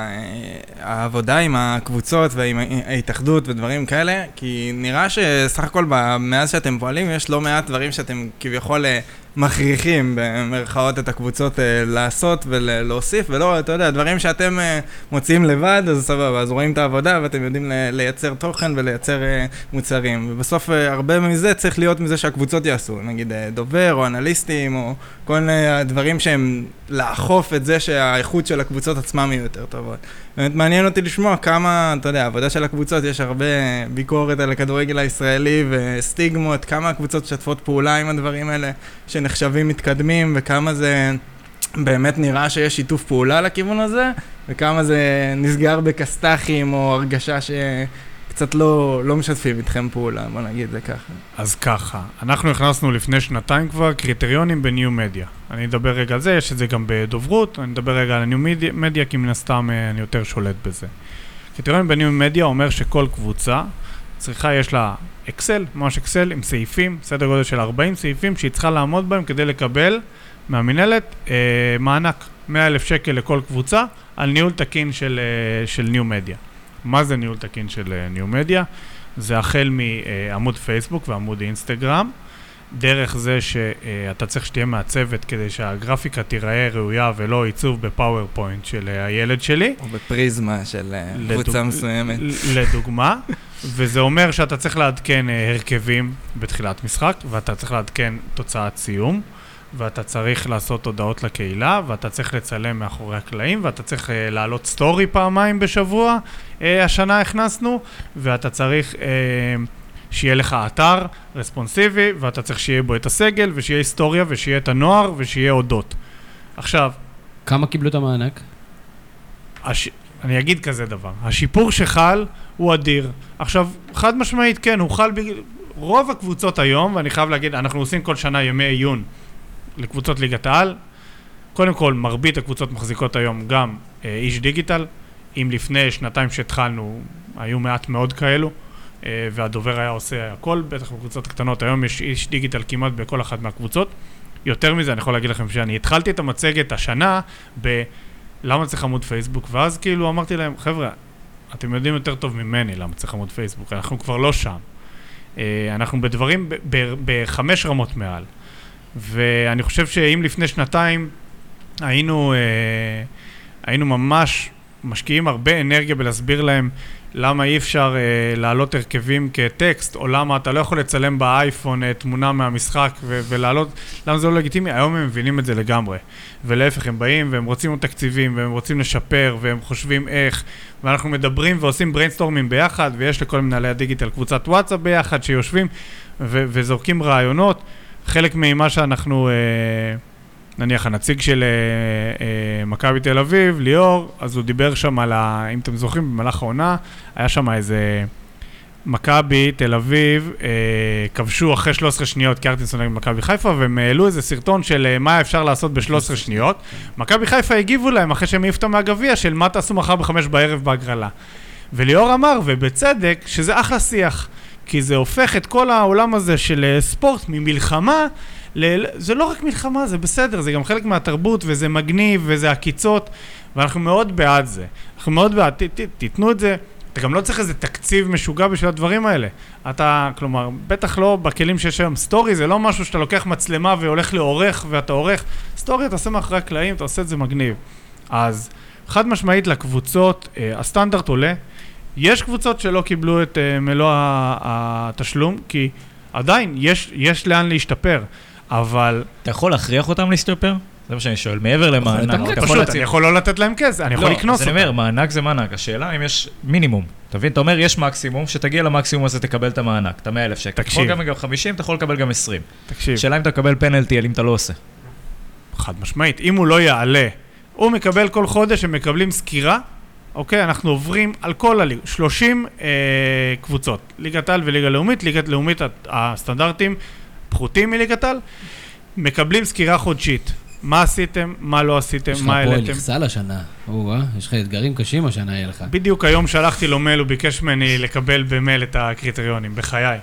העבודה עם הקבוצות ועם ההתאחדות ודברים כאלה, כי נראה שסך הכל מאז שאתם פועלים יש לא מעט דברים שאתם כביכול מכריחים במרכאות את הקבוצות לעשות ולהוסיף, ולא, אתה יודע, דברים שאתם מוציאים לבד, אז סבבה, אז רואים את העבודה ואתם יודעים לייצר תוכן ולייצר מוצרים, ובסוף הרבה מזה צריך להיות מזה שהקבוצות יעשו, נגיד דובר או אנליסטים או כל מיני דברים שהם לאכוף את זה שהאיכות של הקבוצות עצמם היא יותר טובות. באמת מעניין אותי לשמוע כמה, אתה יודע, העבודה של הקבוצות, יש הרבה ביקורת על הכדורגל הישראלי וסטיגמות, כמה הקבוצות שתפות פעולה עם הדברים האלה שנחשבים מתקדמים, וכמה זה באמת נראה שיש שיתוף פעולה לכיוון הזה, וכמה זה נסגר בקסטחים או הרגשה שקצת לא משתפים איתכם פעולה, בוא נגיד זה ככה. אז ככה, אנחנו הכנסנו לפני שנתיים כבר קריטריונים בניו מדיה. אני אדבר רגע על זה, יש את זה גם בדוברות, אני אדבר רגע על הניו מדיה, כי מן הסתם אני יותר שולט בזה. קריטריונים בניו מדיה אומר שכל קבוצה צריכה, יש לה אקסל, ממש אקסל עם סעיפים, סדר גודל של 40 סעיפים שהיא צריכה לעמוד בהם כדי לקבל מהמנהלת מענק 100,000 שקל לכל קבוצה על ניהול תקין של ניו מדיה. מה זה ניהול תקין של ניו מדיה? זה החל מעמוד פייסבוק ועמוד אינסטגרם, דרך זה שאתה צריך שתהיה מעצבת כדי שהגרפיקה תיראה ראויה ולא עיצוב בפאורפוינט של הילד שלי. או בפריזמה של קבוצה מסוימת. לדוגמה, וזה אומר שאתה צריך לעדכן הרכבים בתחילת משחק, ואתה צריך לעדכן תוצאת סיום, ואתה צריך לעשות הודעות לקהילה, ואתה צריך לצלם מאחורי הקלעים, ואתה צריך לעלות סטורי פעמיים בשבוע, השנה הכנסנו, ואתה צריך שיהיה לך אתר רספונסיבי, ואתה צריך שיהיה בו את הסגל, ושיהיה היסטוריה, ושיהיה את הנוער, ושיהיה אודות. עכשיו... כמה קיבלו את המענק? אני אגיד כזה דבר. השיפור שחל הוא אדיר. עכשיו, חד משמעית, כן, הוא חל רוב הקבוצות היום, ואני חייב להגיד, אנחנו עושים כל שנה ימי עיון לקבוצות ליגת העל. קודם כל, מרבית הקבוצות מחזיקות היום גם איש דיגיטל. אם לפני שנתיים שהתחלנו, היו מעט מאוד כאלו, והדובר היה עושה הכל, בטח בקבוצות קטנות. היום יש איש דיגיטל כמעט בכל אחת מהקבוצות. יותר מזה, אני יכול להגיד לכם שאני התחלתי את המצגת השנה למה צריך עמוד פייסבוק, ואז כאילו אמרתי להם, חבר'ה, אתם יודעים יותר טוב ממני למה צריך עמוד פייסבוק, אנחנו כבר לא שם. אנחנו בדברים, ב5 רמות מעל. ואני חושב שאם לפני שנתיים היינו ממש משקיעים הרבה אנרגיה בלהסביר להם למה אי אפשר להעלות הרכבים כטקסט, או למה אתה לא יכול לצלם באייפון תמונה מהמשחק ולהעלות, למה זה לא לגיטימי? היום הם מבינים את זה לגמרי. ולהפך, הם באים והם רוצים עוד תקציבים, והם רוצים לשפר, והם חושבים איך, ואנחנו מדברים ועושים בריינסטורמים ביחד, ויש לכל מנהלי הדיגיטל קבוצת וואטסאפ ביחד, שיושבים וזורקים רעיונות. חלק ממה שאנחנו... נניח הנציג של מכבי תל אביב, ליאור, אז הוא דיבר שם על אם אתם זוכרים, במהלך העונה, היה שם איזה מכבי תל אביב, כבשו אחרי 13 שניות קרטינסון נגד מכבי חיפה, והם העלו איזה סרטון של מה אפשר לעשות ב-13 שניות. מכבי חיפה הגיבו להם אחרי שהם העיפו מהגביע של מה תעשו מחר ב-5 בערב בהגרלה. וליאור אמר, ובצדק, שזה אחלה שיח, כי זה הופך את כל העולם הזה של ספורט ממלחמה, זה לא רק מלחמה, זה בסדר, זה גם חלק מהתרבות, וזה מגניב, וזה הקיצות, ואנחנו מאוד בעד זה. אנחנו מאוד בעד, תיתנו את זה, אתה גם לא צריך איזה תקציב משוגע בשביל הדברים האלה. אתה, כלומר, בטח לא בכלים שיש היום סטורי, זה לא משהו שאתה לוקח מצלמה והולך לעורך, ואתה עורך. סטורי, אתה עושה מאחורי הקלעים, אתה עושה את זה מגניב. אז חד משמעית לקבוצות, הסטנדרט עולה. יש קבוצות שלא קיבלו את מלוא התשלום, כי עדיין יש לאן להשתפר. אבל... אתה יכול להכריח אותם להשתפר? זה מה שאני שואל, מעבר למענק. פשוט, אני יכול לא לתת להם כסף, אני יכול לקנוס אותם. אז אני אומר, מענק זה מענק. השאלה אם יש מינימום. אתה מבין? אתה אומר, יש מקסימום, שתגיע למקסימום הזה תקבל את המענק, את 100,000 שקל. אתה יכול גם 50, אתה יכול לקבל גם 20. תקשיב. שאלה אם אתה מקבל פנלטי, אם אתה לא עושה. חד משמעית. אם הוא לא יעלה, הוא מקבל כל חודש, הם מקבלים סקירה, אוקיי? אנחנו עוברים על כל הליג, 30 קבוצות. ליגת העל וליגה לאומית. ליגת לאומית, הסטנדרטים פחותים מליגת העל. מקבלים סקירה חודשית. מה עשיתם, מה לא עשיתם, מה העליתם. יש לך פה לחסה לשנה. יש לך אתגרים קשים השנה, יהיה לך. בדיוק היום שלחתי לו מייל, הוא ביקש ממני לקבל במייל את הקריטריונים, בחיי.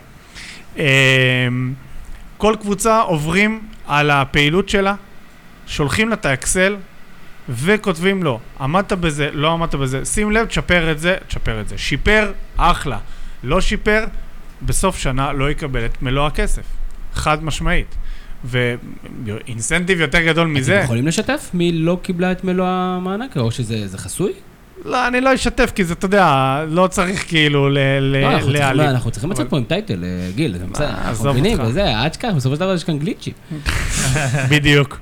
כל קבוצה עוברים על הפעילות שלה, שולחים לה את האקסל, וכותבים לו, עמדת בזה, לא עמדת בזה, שים לב, תשפר את זה, תשפר את זה. שיפר, אחלה. לא שיפר, בסוף שנה לא יקבל את מלוא הכסף. חד משמעית. ואינסנטיב יותר גדול מזה. אתם יכולים לשתף מי לא קיבלה את מלוא המענק, או שזה חסוי? לא, אני לא אשתף, כי זה, אתה יודע, לא צריך כאילו להעלים. אנחנו צריכים לצאת פה עם טייטל, גיל, אנחנו מבינים, וזה, עד שכך, בסופו של דבר יש כאן גליצ'י. בדיוק.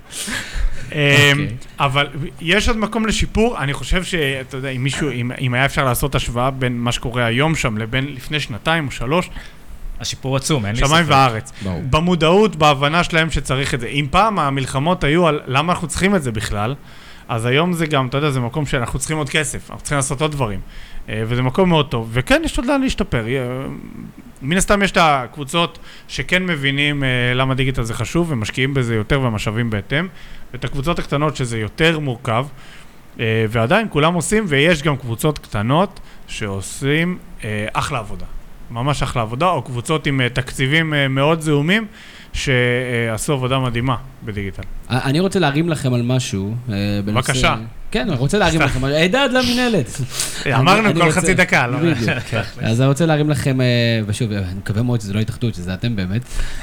אבל יש עוד מקום לשיפור, אני חושב שאתה יודע, אם היה אפשר לעשות השוואה בין מה שקורה היום שם לבין לפני 2 או 3, השיפור עצום, אין לי ספק. שמיים וארץ. במודעות, בהבנה שלהם שצריך את זה. אם פעם המלחמות היו על למה אנחנו צריכים את זה בכלל, אז היום זה גם, אתה יודע, זה מקום שאנחנו צריכים עוד כסף, אנחנו צריכים לעשות עוד דברים. וזה מקום מאוד טוב. וכן, יש עוד לאן להשתפר. מן הסתם יש את הקבוצות שכן מבינים למה דיגיטל זה חשוב, ומשקיעים בזה יותר ומשאבים בהתאם. ואת הקבוצות הקטנות שזה יותר מורכב, ועדיין כולם עושים, ויש גם קבוצות קטנות שעושים אחלה עבודה. ממש אחלה עבודה, או קבוצות עם תקציבים מאוד זהומים, שעשו עבודה מדהימה בדיגיטל. אני רוצה להרים לכם על משהו. בבקשה. כן, אני רוצה להרים לכם, עדד למנהלת. אמרנו כל חצי דקה, לא? אז אני רוצה להרים לכם, ושוב, אני מקווה מאוד שזה לא התאחדות, שזה אתם באמת.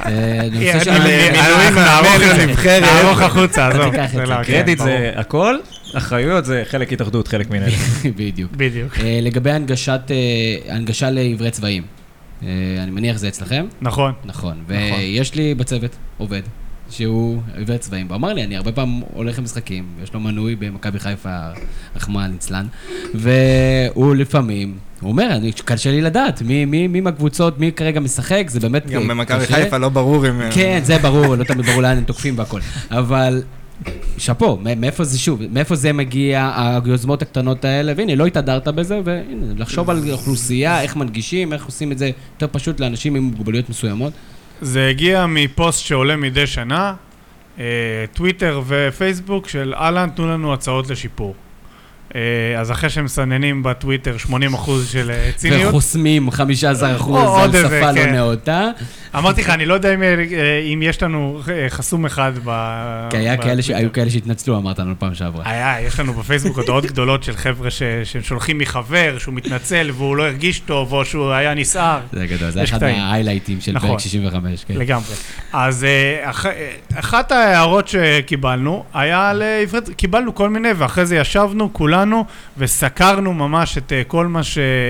נערוך החוצה, עזוב. קרדיט זה הכל, אחריות זה חלק התאחדות, חלק מנהלת. בדיוק. לגבי הנגשה לעברי צבעים. אני מניח זה אצלכם? נכון. ויש לי בצוות עובד. שהוא עיוור צבעים, ואמר לי, אני הרבה פעם הולך למשחקים, יש לו מנוי במכבי חיפה, רחמן, נצלן, והוא לפעמים הוא אומר, קשה לי לדעת, מי מהקבוצות, מי כרגע משחק, זה באמת קשה. גם במכבי חיפה לא ברור אם... כן, זה ברור, לא תמיד ברור לאן הם תוקפים והכל. אבל שפו, מאיפה זה שוב, מאיפה זה מגיע, היוזמות הקטנות האלה, והנה, לא התהדרת בזה, והנה, לחשוב על אוכלוסייה, איך מנגישים, איך עושים את זה יותר פשוט לאנשים עם מוגבלויות מסוימות. זה הגיע מפוסט שעולה מדי שנה, טוויטר ופייסבוק של אהלן, תנו לנו הצעות לשיפור. אז אחרי שהם מסננים בטוויטר 80% של ציניות. וחוסמים 15% על שפה לא נאותה. אמרתי לך, אני לא יודע אם יש לנו חסום אחד כי היו כאלה שהתנצלו, אמרת לנו פעם שעברה. יש לנו בפייסבוק הודעות גדולות של חבר'ה ששולחים מחבר, שהוא מתנצל והוא לא הרגיש טוב, או שהוא היה נסער. זה גדול, זה אחד מההיילייטים של פרק 65. לגמרי. אז אחת ההערות שקיבלנו, היה לעברית, קיבלנו כל מיני, ואחרי זה ישבנו כולנו, וסקרנו ממש את כל מה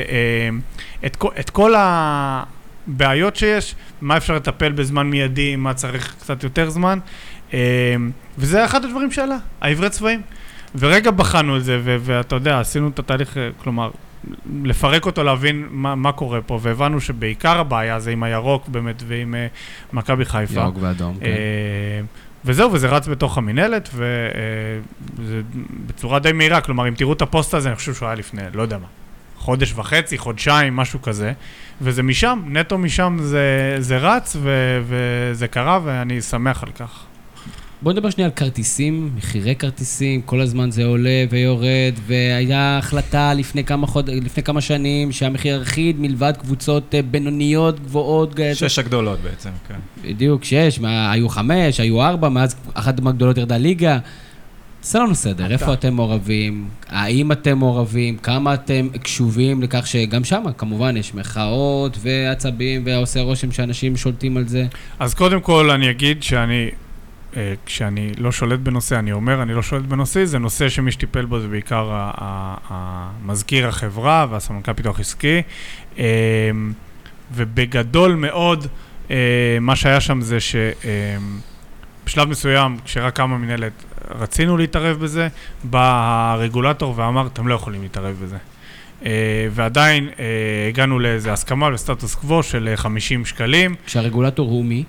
את כל הבעיות שיש, מה אפשר לטפל בזמן מיידי, מה צריך קצת יותר זמן, וזה אחד הדברים שעלה, העברי צבעים. ורגע בחנו את זה, ואתה יודע, עשינו את התהליך, כלומר, לפרק אותו, להבין מה קורה פה, והבנו שבעיקר הבעיה זה עם הירוק באמת, ועם מכבי חיפה. ירוק ואדום, כן. וזהו, וזה רץ בתוך המנהלת, וזה בצורה די מהירה, כלומר, אם תראו את הפוסט הזה, אני חושב שהוא היה לפני, לא יודע מה, חודש וחצי, חודשיים, משהו כזה, וזה משם, נטו משם זה רץ, וזה קרה, ואני שמח על כך. בוא נדבר שנייה על כרטיסים, מחירי כרטיסים, כל הזמן זה עולה ויורד, והיה החלטה לפני כמה שנים שהמחיר אחיד מלבד קבוצות בינוניות, גבוהות. 6 הגדולות בעצם, כן. בדיוק, 6, היו 5, היו 4, מאז אחת מהגדולות ירדה ליגה. עשה לנו סדר, איפה אתם מעורבים, האם אתם מעורבים, כמה אתם קשובים לכך שגם שם, כמובן, יש מחאות ועצבים, ועושה רושם שאנשים שולטים על זה. אז קודם כל אני אגיד כשאני לא שולט בנושא, אני אומר, אני לא שולט בנושא, זה נושא שמי שטיפל בו זה בעיקר המזכיר החברה והסמנכ"ל פיתוח עסקי, ובגדול מאוד, מה שהיה שם זה שבשלב מסוים, כשרק כמה מנהלת, רצינו להתערב בזה, בא הרגולטור ואמר, אתם לא יכולים להתערב בזה. ועדיין הגענו לאיזו הסכמה לסטטוס קוו של 50 שקלים. כשהרגולטור הוא מי?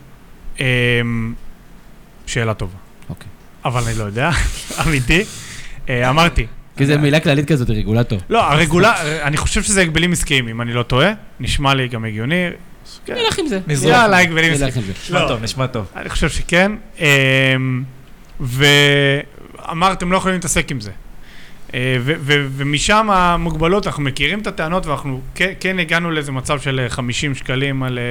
שאלה טובה. אוקיי. אבל אני לא יודע, אמיתי. אמרתי. כי זה מילה כללית כזאת, רגולטור. לא, אני חושב שזה הגבלים עסקיים, אם אני לא טועה. נשמע לי גם הגיוני. נלך עם זה. יאללה, הגבלים עסקיים. נשמע טוב. אני חושב שכן. ואמרתם, לא יכולים להתעסק עם זה. ומשם המוגבלות, אנחנו מכירים את הטענות, ואנחנו כן הגענו לאיזה מצב של 50 שקלים על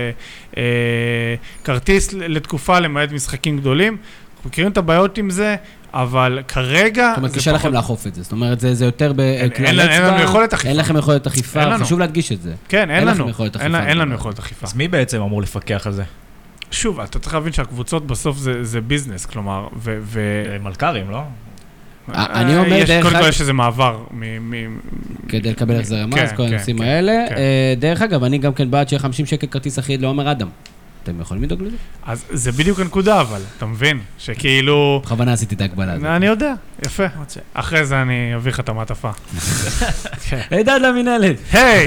כרטיס לתקופה, למעט משחקים גדולים. אנחנו מכירים את הבעיות עם זה, אבל כרגע... זאת אומרת, קשה לכם לאכוף את זה. זאת אומרת, זה יותר אין לנו יכולת אכיפה. אין לכם יכולת אכיפה, חשוב להדגיש את זה. כן, אין לנו יכולת אכיפה. אז מי בעצם אמור לפקח על זה? שוב, אתה צריך להבין שהקבוצות בסוף זה ביזנס, כלומר, מלכ"רים, לא? אני אומר דרך... קודם כל יש איזה מעבר כדי לקבל החזר המס, כל הנושאים האלה. דרך אגב, אני גם כן בעד שיהיה 50 שקל כרטיס אחיד לעומר אדם. אתם יכולים לדאוג לזה? אז זה בדיוק הנקודה, אבל, אתה מבין? שכאילו... בכוונה עשיתי את ההגבלה הזאת. אני יודע, יפה. אחרי זה אני אביא לך את המעטפה. הידד למנהלת. היי!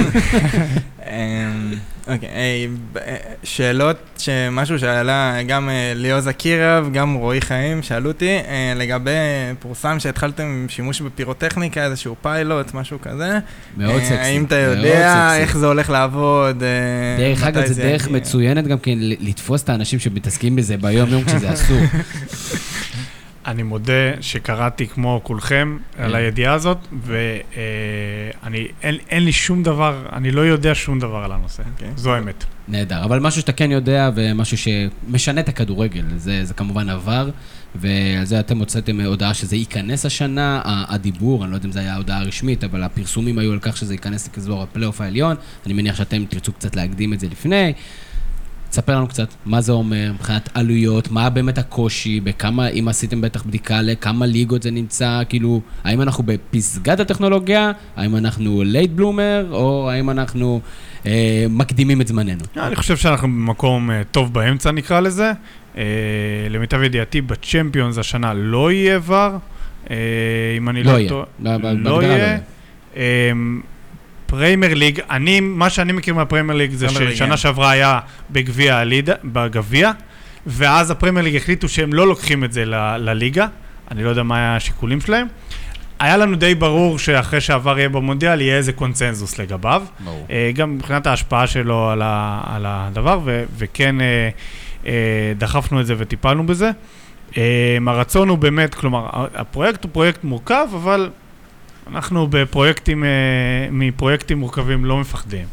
אוקיי, שאלות, משהו שעלה גם ליאו זקירב, גם רועי חיים, שאלו אותי, לגבי פורסם שהתחלתם עם שימוש בפירוטכניקה, איזשהו פיילוט, משהו כזה. מאוד סקסי. האם אתה יודע איך זה הולך לעבוד? דרך אגב, זה דרך מצוינת גם כן לתפוס את האנשים שמתעסקים בזה ביום יום כשזה אסור. אני מודה שקראתי כמו כולכם על הידיעה הזאת, ואין לי שום דבר, אני לא יודע שום דבר על הנושא. זו האמת. נהדר, אבל משהו שאתה כן יודע, ומשהו שמשנה את הכדורגל, זה כמובן עבר, ועל זה אתם הוצאתם הודעה שזה ייכנס השנה, הדיבור, אני לא יודע אם זה היה הודעה רשמית, אבל הפרסומים היו על כך שזה ייכנס לכזור הפלייאוף העליון, אני מניח שאתם תרצו קצת להקדים את זה לפני, תספר לנו קצת, מה זה אומר, מבחינת עלויות, מה באמת הקושי, בכמה, אם עשיתם בטח בדיקה לכמה ליגות זה נמצא, כאילו, האם אנחנו בפסגת הטכנולוגיה, האם אנחנו לייט בלומר, או האם אנחנו מקדימים את זמננו? אני חושב שאנחנו במקום טוב באמצע נקרא לזה, למיטב ידיעתי בצ'מפיונס השנה לא יהיה ור, אם אני לא טועה, לא יהיה. פריימר ליג, מה שאני מכיר מהפריימר ליג זה ששנה שעברה היה בגביע, ואז הפריימר ליג החליטו שהם לא לוקחים את זה לליגה, אני לא יודע מה היה השיקולים שלהם. היה לנו די ברור שאחרי שעבר יהיה במונדיאל, יהיה איזה קונצנזוס לגביו. גם מבחינת ההשפעה שלו על הדבר, וכן דחפנו את זה וטיפלנו בזה. הרצון הוא באמת, כלומר, הפרויקט הוא פרויקט מורכב, אבל אנחנו מפרויקטים מורכבים לא מפחדים.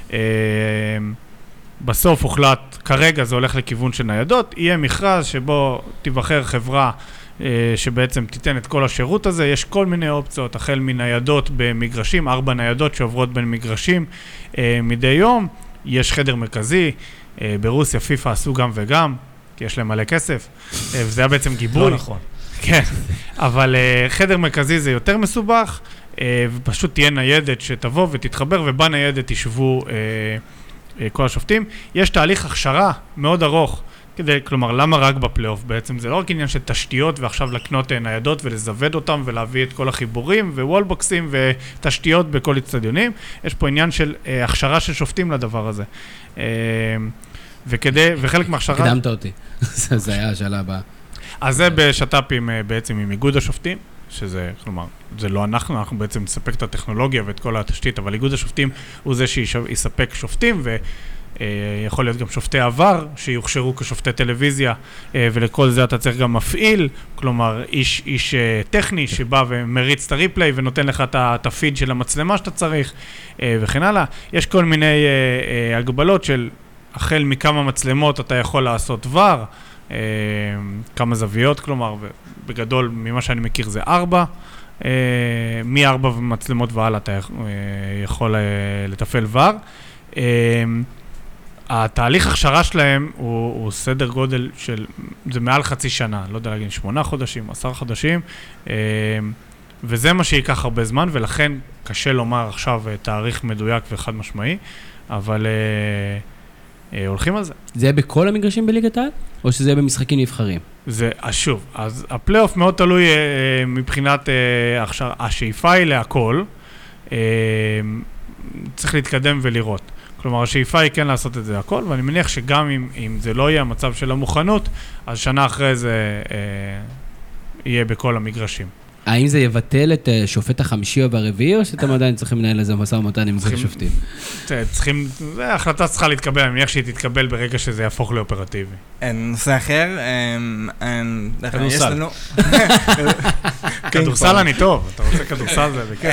בסוף הוחלט, כרגע זה הולך לכיוון של ניידות, יהיה מכרז שבו תיבחר חברה שבעצם תיתן את כל השירות הזה, יש כל מיני אופציות, החל מניידות במגרשים, 4 ניידות שעוברות בין מגרשים מדי יום, יש חדר מרכזי, ברוסיה פיפה עשו גם וגם, כי יש להם מלא כסף, וזה היה בעצם גיבוי. לא נכון. כן, אבל חדר מרכזי זה יותר מסובך, ופשוט תהיה ניידת שתבוא ותתחבר, ובניידת ישבו כל השופטים. יש תהליך הכשרה מאוד ארוך, כלומר, למה רק בפלייאוף בעצם? זה לא רק עניין של תשתיות, ועכשיו לקנות ניידות ולזווד אותם ולהביא את כל החיבורים ווולבוקסים ותשתיות בכל אצטדיונים. יש פה עניין של הכשרה של שופטים לדבר הזה. וחלק מההכשרה... הקדמת אותי. זה היה השאלה הבאה. אז זה בשטאפים בעצם עם איגוד השופטים, שזה, כלומר, זה לא אנחנו בעצם נספק את הטכנולוגיה ואת כל התשתית, אבל איגוד השופטים הוא זה שיספק שופטים, ויכול להיות גם שופטי עבר, שיוכשרו כשופטי טלוויזיה, ולכל זה אתה צריך גם מפעיל, כלומר, איש טכני שבא ומריץ את הריפליי, ונותן לך את הפיד של המצלמה שאתה צריך, וכן הלאה. יש כל מיני הגבלות של, החל מכמה מצלמות אתה יכול לעשות ור, כמה זוויות, כלומר, בגדול, ממה שאני מכיר זה 4, מ-4 מצלמות ועלה אתה יכול לטפל ור. התהליך הכשרה שלהם הוא סדר גודל של, זה מעל חצי שנה, לא יודע להגיד, 8 חודשים, 10 חודשים, וזה מה שיקח הרבה זמן, ולכן קשה לומר עכשיו תאריך מדויק וחד משמעי, אבל הולכים על זה. זה בכל המגרשים בליגת העל? או שזה במשחקים נבחרים? זה, שוב, אז הפלייאוף מאוד תלוי מבחינת השאיפה היא להכל, צריך להתקדם ולראות. כלומר, השאיפה היא כן לעשות את זה הכל, ואני מניח שגם אם זה לא יהיה המצב של המוכנות, אז שנה אחרי זה יהיה בכל המגרשים. האם זה יבטל את שופט החמישי או הרביעי, או שאתם עדיין צריכים לנהל איזה משא ומתן עם זה שופטים? צריכים, ההחלטה צריכה להתקבל, אני מניח שהיא תתקבל ברגע שזה יהפוך לאופרטיבי. נושא אחר, כדורסל. כדורסל אני טוב, אתה רוצה כדורסל זה בכיף.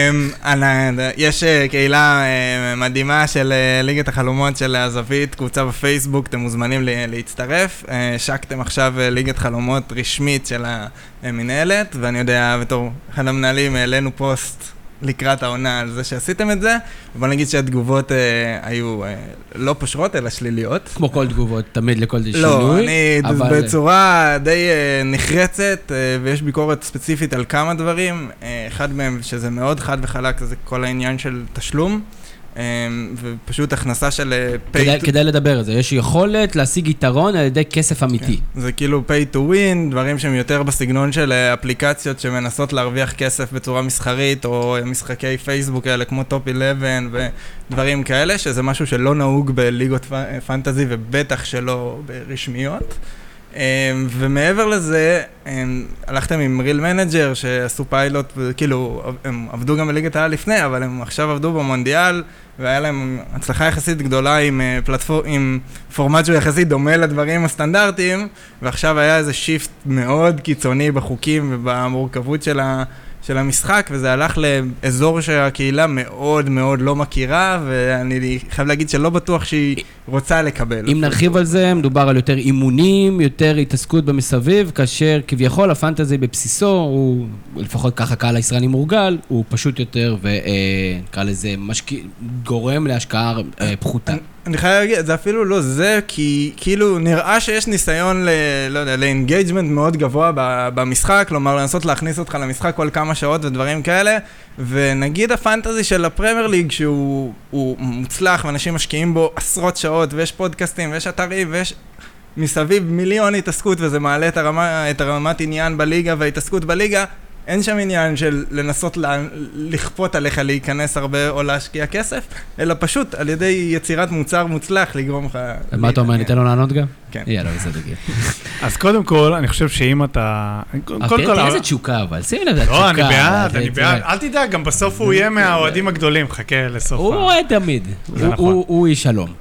יש קהילה מדהימה של ליגת החלומות של הזווית, קבוצה בפייסבוק, אתם מוזמנים להצטרף. שקתם עכשיו ליגת חלומות רשמית של המנהלת, ואני יודע, בתור אחד המנהלים, העלינו פוסט לקראת העונה על זה שעשיתם את זה, ובוא נגיד שהתגובות היו לא פושרות, אלא שליליות. כמו כל תגובות, תמיד לכל שינוי. לא, אני בצורה די נחרצת, ויש ביקורת ספציפית על כמה דברים. אחד מהם, שזה מאוד חד וחלק, זה כל העניין של תשלום, ופשוט הכנסה של כדאי לדבר על זה, יש יכולת להשיג יתרון על ידי כסף אמיתי. זה כאילו pay to win, דברים שהם יותר בסגנון של אפליקציות שמנסות להרוויח כסף בצורה מסחרית, או משחקי פייסבוק האלה כמו טופ 11 ודברים כאלה, שזה משהו שלא נהוג בליגות פנטזי ובטח שלא ברשמיות. ומעבר לזה, הלכתם עם ריל מנג'ר שעשו פיילוט, כאילו הם עבדו גם בליגת העל לפני, אבל הם עכשיו עבדו במונדיאל, והיה להם הצלחה יחסית גדולה עם פורמט שהוא יחסית דומה לדברים הסטנדרטיים, ועכשיו היה איזה שיפט מאוד קיצוני בחוקים ובמורכבות של המשחק, וזה הלך לאזור שהקהילה מאוד מאוד לא מכירה, ואני חייב להגיד שלא בטוח שהיא רוצה לקבל. אם נרחיב על זה, מדובר על יותר אימונים, יותר התעסקות במסביב, כאשר כביכול הפנטזי בבסיסו, הוא, לפחות ככה קהל הישראלי מורגל, הוא פשוט יותר, ונקרא לזה, גורם להשקעה פחותה. אני חייב להגיד, זה אפילו לא זה, כי כאילו נראה שיש ניסיון לא יודע, לאנגייג'מנט מאוד גבוה במשחק, כלומר לנסות להכניס אותך למשחק כל כמה שעות ודברים כאלה, ונגיד הפנטזי של הפרמייר ליג שהוא מוצלח ואנשים משקיעים בו עשרות שעות, ויש פודקאסטים ויש אתרים ויש מסביב מיליון התעסקות, וזה מעלה את הרמת עניין בליגה וההתעסקות בליגה, אין שם עניין של לנסות לכפות עליך להיכנס הרבה או להשקיע כסף, אלא פשוט על ידי יצירת מוצר מוצלח לגרום לך... מה אתה אומר, ניתן לו לענות גם? כן. יאללה, בסדר. אז קודם כל, אני חושב שאם אתה... תראה איזה תשוקה, אבל שים לב, לא, אני בעד, אני בעד. אל תדאג, גם בסוף הוא יהיה מהאוהדים הגדולים, חכה לסוף. הוא רואה תמיד, הוא איש שלום.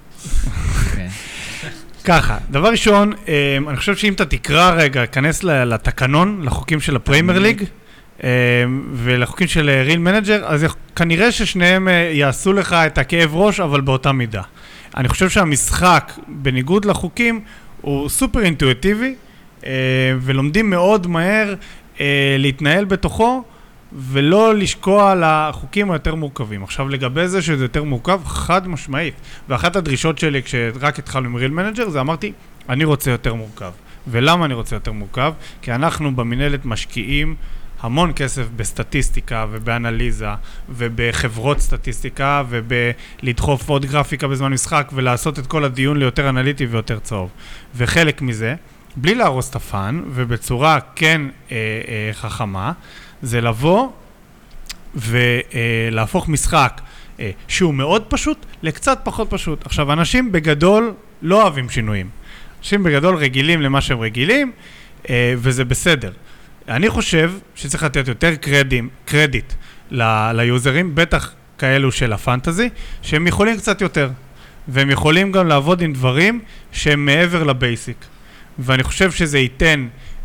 ככה, דבר ראשון, אני חושב שאם אתה תקרא רגע, כנס לתקנון, לחוקים של הפריימר ליג, ולחוקים של ריל מנג'ר, אז כנראה ששניהם יעשו לך את הכאב ראש, אבל באותה מידה. אני חושב שהמשחק, בניגוד לחוקים, הוא סופר אינטואיטיבי, ולומדים מאוד מהר להתנהל בתוכו, ולא לשקוע לחוקים היותר מורכבים. עכשיו, לגבי זה שזה יותר מורכב, חד משמעית. ואחת הדרישות שלי, כשרק התחלנו עם ריל מנג'ר, זה אמרתי, אני רוצה יותר מורכב. ולמה אני רוצה יותר מורכב? כי אנחנו במנהלת משקיעים המון כסף בסטטיסטיקה ובאנליזה ובחברות סטטיסטיקה ובלדחוף עוד גרפיקה בזמן משחק ולעשות את כל הדיון ליותר אנליטי ויותר צהוב. וחלק מזה, בלי להרוס את הפן ובצורה כן חכמה, זה לבוא ולהפוך משחק שהוא מאוד פשוט לקצת פחות פשוט. עכשיו, אנשים בגדול לא אוהבים שינויים. אנשים בגדול רגילים למה שהם רגילים, וזה בסדר. אני חושב שצריך לתת יותר קרדיט ליוזרים, בטח כאלו של הפנטזי, שהם יכולים קצת יותר, והם יכולים גם לעבוד עם דברים שהם מעבר לבייסיק. ואני חושב שזה ייתן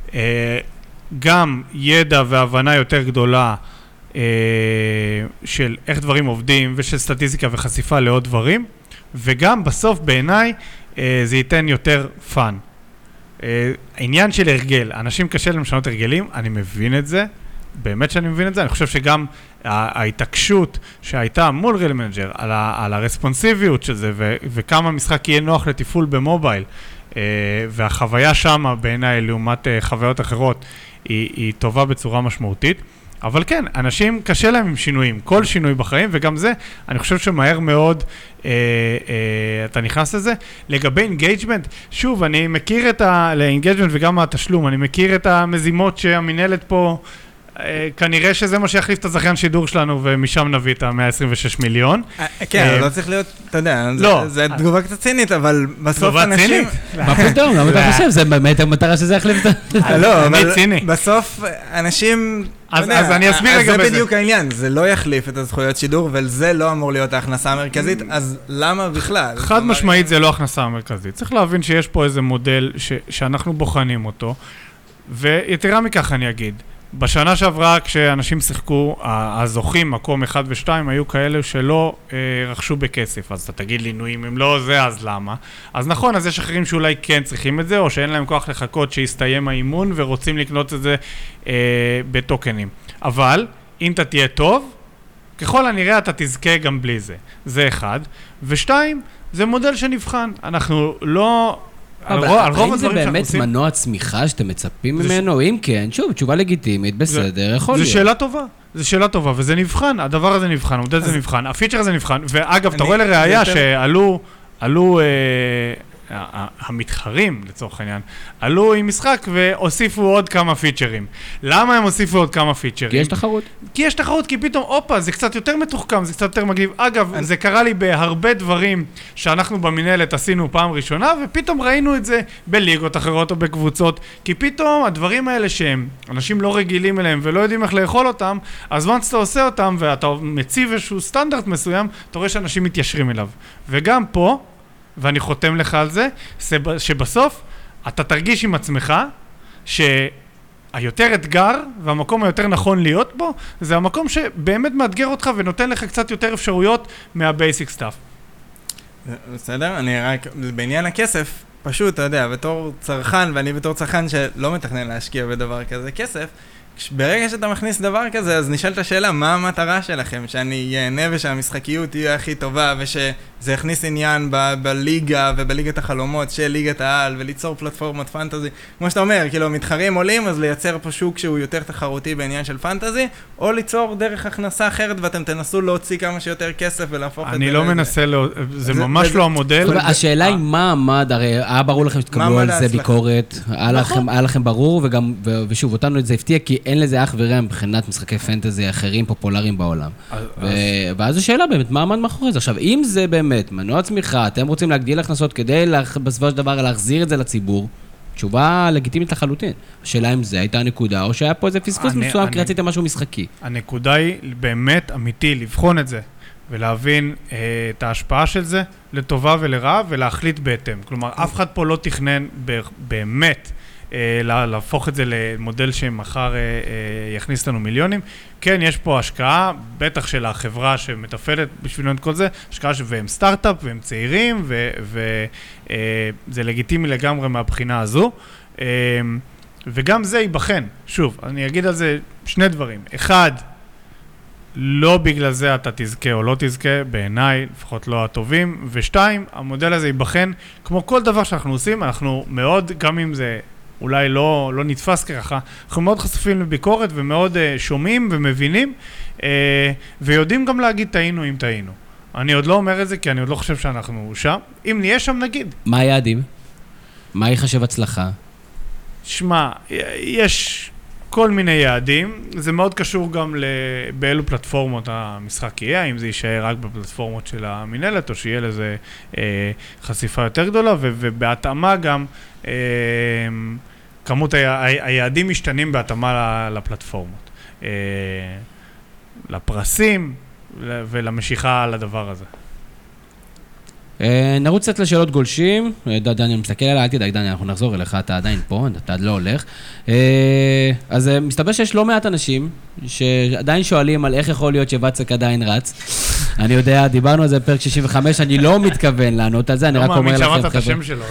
גם ידע והבנה יותר גדולה של איך דברים עובדים, ושל סטטיסטיקה וחשיפה לעוד דברים, וגם בסוף בעיניי זה ייתן יותר פאן. העניין של הרגל, אנשים קשה להם לשנות הרגלים, אני מבין את זה, באמת שאני מבין את זה, אני חושב שגם ההתעקשות שהייתה מול ריל מנג'ר, על הרספונסיביות של זה, וכמה משחק יהיה נוח לתפעול במובייל, והחוויה שמה בעיניי לעומת חוויות אחרות, היא טובה בצורה משמעותית, אבל כן, אנשים קשה להם עם שינויים, כל שינוי בחיים, וגם זה, אני חושב שמהר מאוד אתה נכנס לזה. לגבי אינגייג'מנט, שוב, אני מכיר את האינגייג'מנט וגם התשלום, אני מכיר את המזימות שהמנהלת פה, כנראה שזה מה שיחליף את הזכיין שידור שלנו, ומשם נביא את ה-126 מיליון. כן, לא צריך להיות, אתה יודע, זה תגובה קצת צינית, אבל בסוף אנשים... מה פתאום? למה אתה חושב? זה באמת המטרה שזה יחליף את... לא, אבל בסוף אנשים... אז אני אסביר רגע בזה. זה בדיוק העניין, זה לא יחליף את הזכויות שידור, וזה לא אמור להיות ההכנסה המרכזית, אז למה בכלל? חד משמעית זה לא הכנסה המרכזית. צריך להבין שיש פה איזה מודל שאנחנו בוחנים אותו, ויתרה מכך אני אגיד, בשנה שעברה כשאנשים שיחקו, הזוכים, מקום 1 ו-2, היו כאלה שלא רכשו בכסף. אז אתה תגיד לי, נו, אם הם לא זה, אז למה? אז נכון, אז יש אחרים שאולי כן צריכים את זה, או שאין להם כוח לחכות שיסתיים האימון, ורוצים לקנות את זה בטוקנים. אבל, אם אתה תהיה טוב, ככל הנראה אתה תזכה גם בלי זה. זה אחד. ו-2, זה מודל שנבחן. אנחנו לא... אבל האם זה באמת מנוע צמיחה שאתם מצפים ממנו? אם כן, שוב, תשובה לגיטימית, בסדר, יכול להיות. זו שאלה טובה, זו שאלה טובה, וזה נבחן, הדבר הזה נבחן, המודל הזה נבחן, הפיצ'ר הזה נבחן, ואגב, אתה רואה לראיה שעלו המתחרים, לצורך העניין, עלו עם משחק והוסיפו עוד כמה פיצ'רים. למה הם הוסיפו עוד כמה פיצ'רים? כי יש תחרות. כי יש תחרות, כי פתאום, אופה, זה קצת יותר מתוחכם, זה קצת יותר מגניב. אגב, זה קרה לי בהרבה דברים שאנחנו במנהלת עשינו פעם ראשונה, ופתאום ראינו את זה בליגות אחרות או בקבוצות, כי פתאום הדברים האלה שהם, אנשים לא רגילים אליהם ולא יודעים איך לאכול אותם, אז once אתה עושה אותם ואתה מציב איזשהו סטנדרט מסוים, אתה רואה שאנשים מתיישרים אליו. וגם פה, ואני חותם לך על זה, שבסוף אתה תרגיש עם עצמך שהיותר אתגר והמקום היותר נכון להיות בו, זה המקום שבאמת מאתגר אותך ונותן לך קצת יותר אפשרויות מהבייסיק סטאפ. בסדר, אני רק, בעניין הכסף, פשוט, אתה יודע, בתור צרכן, ואני בתור צרכן שלא מתכנן להשקיע בדבר כזה כסף, ברגע שאתה מכניס דבר כזה, אז נשאלת השאלה, מה המטרה שלכם? שאני ייהנה ושהמשחקיות תהיה הכי טובה, ושזה יכניס עניין בליגה ובליגת החלומות של ליגת העל, וליצור פלטפורמת פנטזי. כמו שאתה אומר, כאילו, מתחרים עולים, אז לייצר פה שוק שהוא יותר תחרותי בעניין של פנטזי, או ליצור דרך הכנסה אחרת, ואתם תנסו להוציא כמה שיותר כסף ולהפוך את זה. אני לא מנסה, זה ממש לא המודל. השאלה היא מה עמד, הרי היה ברור לכם שתקבלו על זה ביקורת, היה לכם ברור, ושוב, אותנו את זה הפתיע, כי אין לזה אח ורע מבחינת משחקי פנטזי אחרים פופולריים בעולם. ואז השאלה באמת, מה עמד מאחורי זה? עכשיו, אם זה באמת מנוע צמיחה, אתם רוצים להגדיל הכנסות כדי בסופו של דבר להחזיר את זה לציבור, תשובה לגיטימית לחלוטין. השאלה אם זה הייתה הנקודה, או שהיה פה איזה פספוס מסוים, כי רציתם משהו משחקי. הנקודה היא באמת אמיתי, לבחון את זה, ולהבין את ההשפעה של זה, לטובה ולרעה, ולהחליט בהתאם. כלומר, אף אחד פה לא תכנן באמת להפוך את זה למודל שמחר יכניס לנו מיליונים. כן, יש פה השקעה, בטח של החברה שמתפעלת בשבילנו את כל זה, השקעה והם סטארט-אפ והם צעירים, וזה לגיטימי לגמרי מהבחינה הזו. וגם זה ייבחן. שוב, אני אגיד על זה שני דברים. אחד, לא בגלל זה אתה תזכה או לא תזכה, בעיניי, לפחות לא הטובים. ושתיים, המודל הזה ייבחן, כמו כל דבר שאנחנו עושים, אנחנו מאוד, גם אם זה אולי לא נתפס ככה, אנחנו מאוד חשופים לביקורת ומאוד שומעים ומבינים, ויודעים גם להגיד טעינו אם טעינו. אני עוד לא אומר את זה, כי אני עוד לא חושב שאנחנו שם. אם נהיה שם, נגיד. מה היעדים? מה יחשב הצלחה? שמע, יש כל מיני יעדים. זה מאוד קשור גם באילו פלטפורמות המשחק יהיה, אם זה יישאר רק בפלטפורמות של המנהלת, או שיהיה לזה חשיפה יותר גדולה, ובהתאמה גם כמות היעדים משתנים בהתאמה לפלטפורמות. לפרסים ולמשיכה לדבר הזה. נרוץ קצת לשאלות גולשים. דניאל מסתכל עליי, אל תדאג דניאל, אנחנו נחזור אליך, אתה עדיין פה, אתה לא הולך. אז מסתבר שיש לא מעט אנשים שעדיין שואלים על איך יכול להיות שוואצק עדיין רץ. אני יודע, דיברנו על זה בפרק 65, אני לא מתכוון לענות על זה, אני רק אומר לכם, לא מאמין שמעת את השם שלו.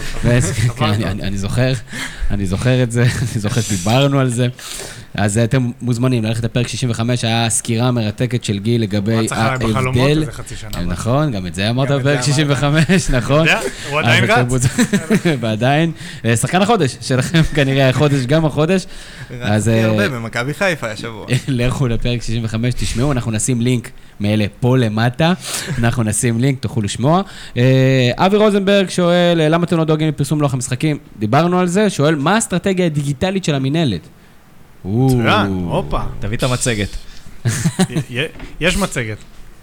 אני זוכר את זה, אני זוכר שדיברנו על זה. אז אתם מוזמנים ללכת לפרק 65, היה סקירה מרתקת של גיל לגבי ההבדל. נכון, גם את זה אמרת בפרק 65, נכון. הוא עדיין רץ. ועדיין. שחקן החודש שלכם, כנראה החודש, גם החודש. רצתי הרבה במכבי חיפה השבוע. לכו לפרק 65, תשמעו, אנחנו נשים לינק מאלה פה למטה, אנחנו נשים לינק, תוכלו לשמוע. אבי רוזנברג שואל, למה אתם לא דואגים לפרסום לוח המשחקים? דיברנו על זה, שואל, מה האסטרטגיה הדיגיטלית של המנהלת? מצוין, הופה. תביא את המצגת. יש מצגת.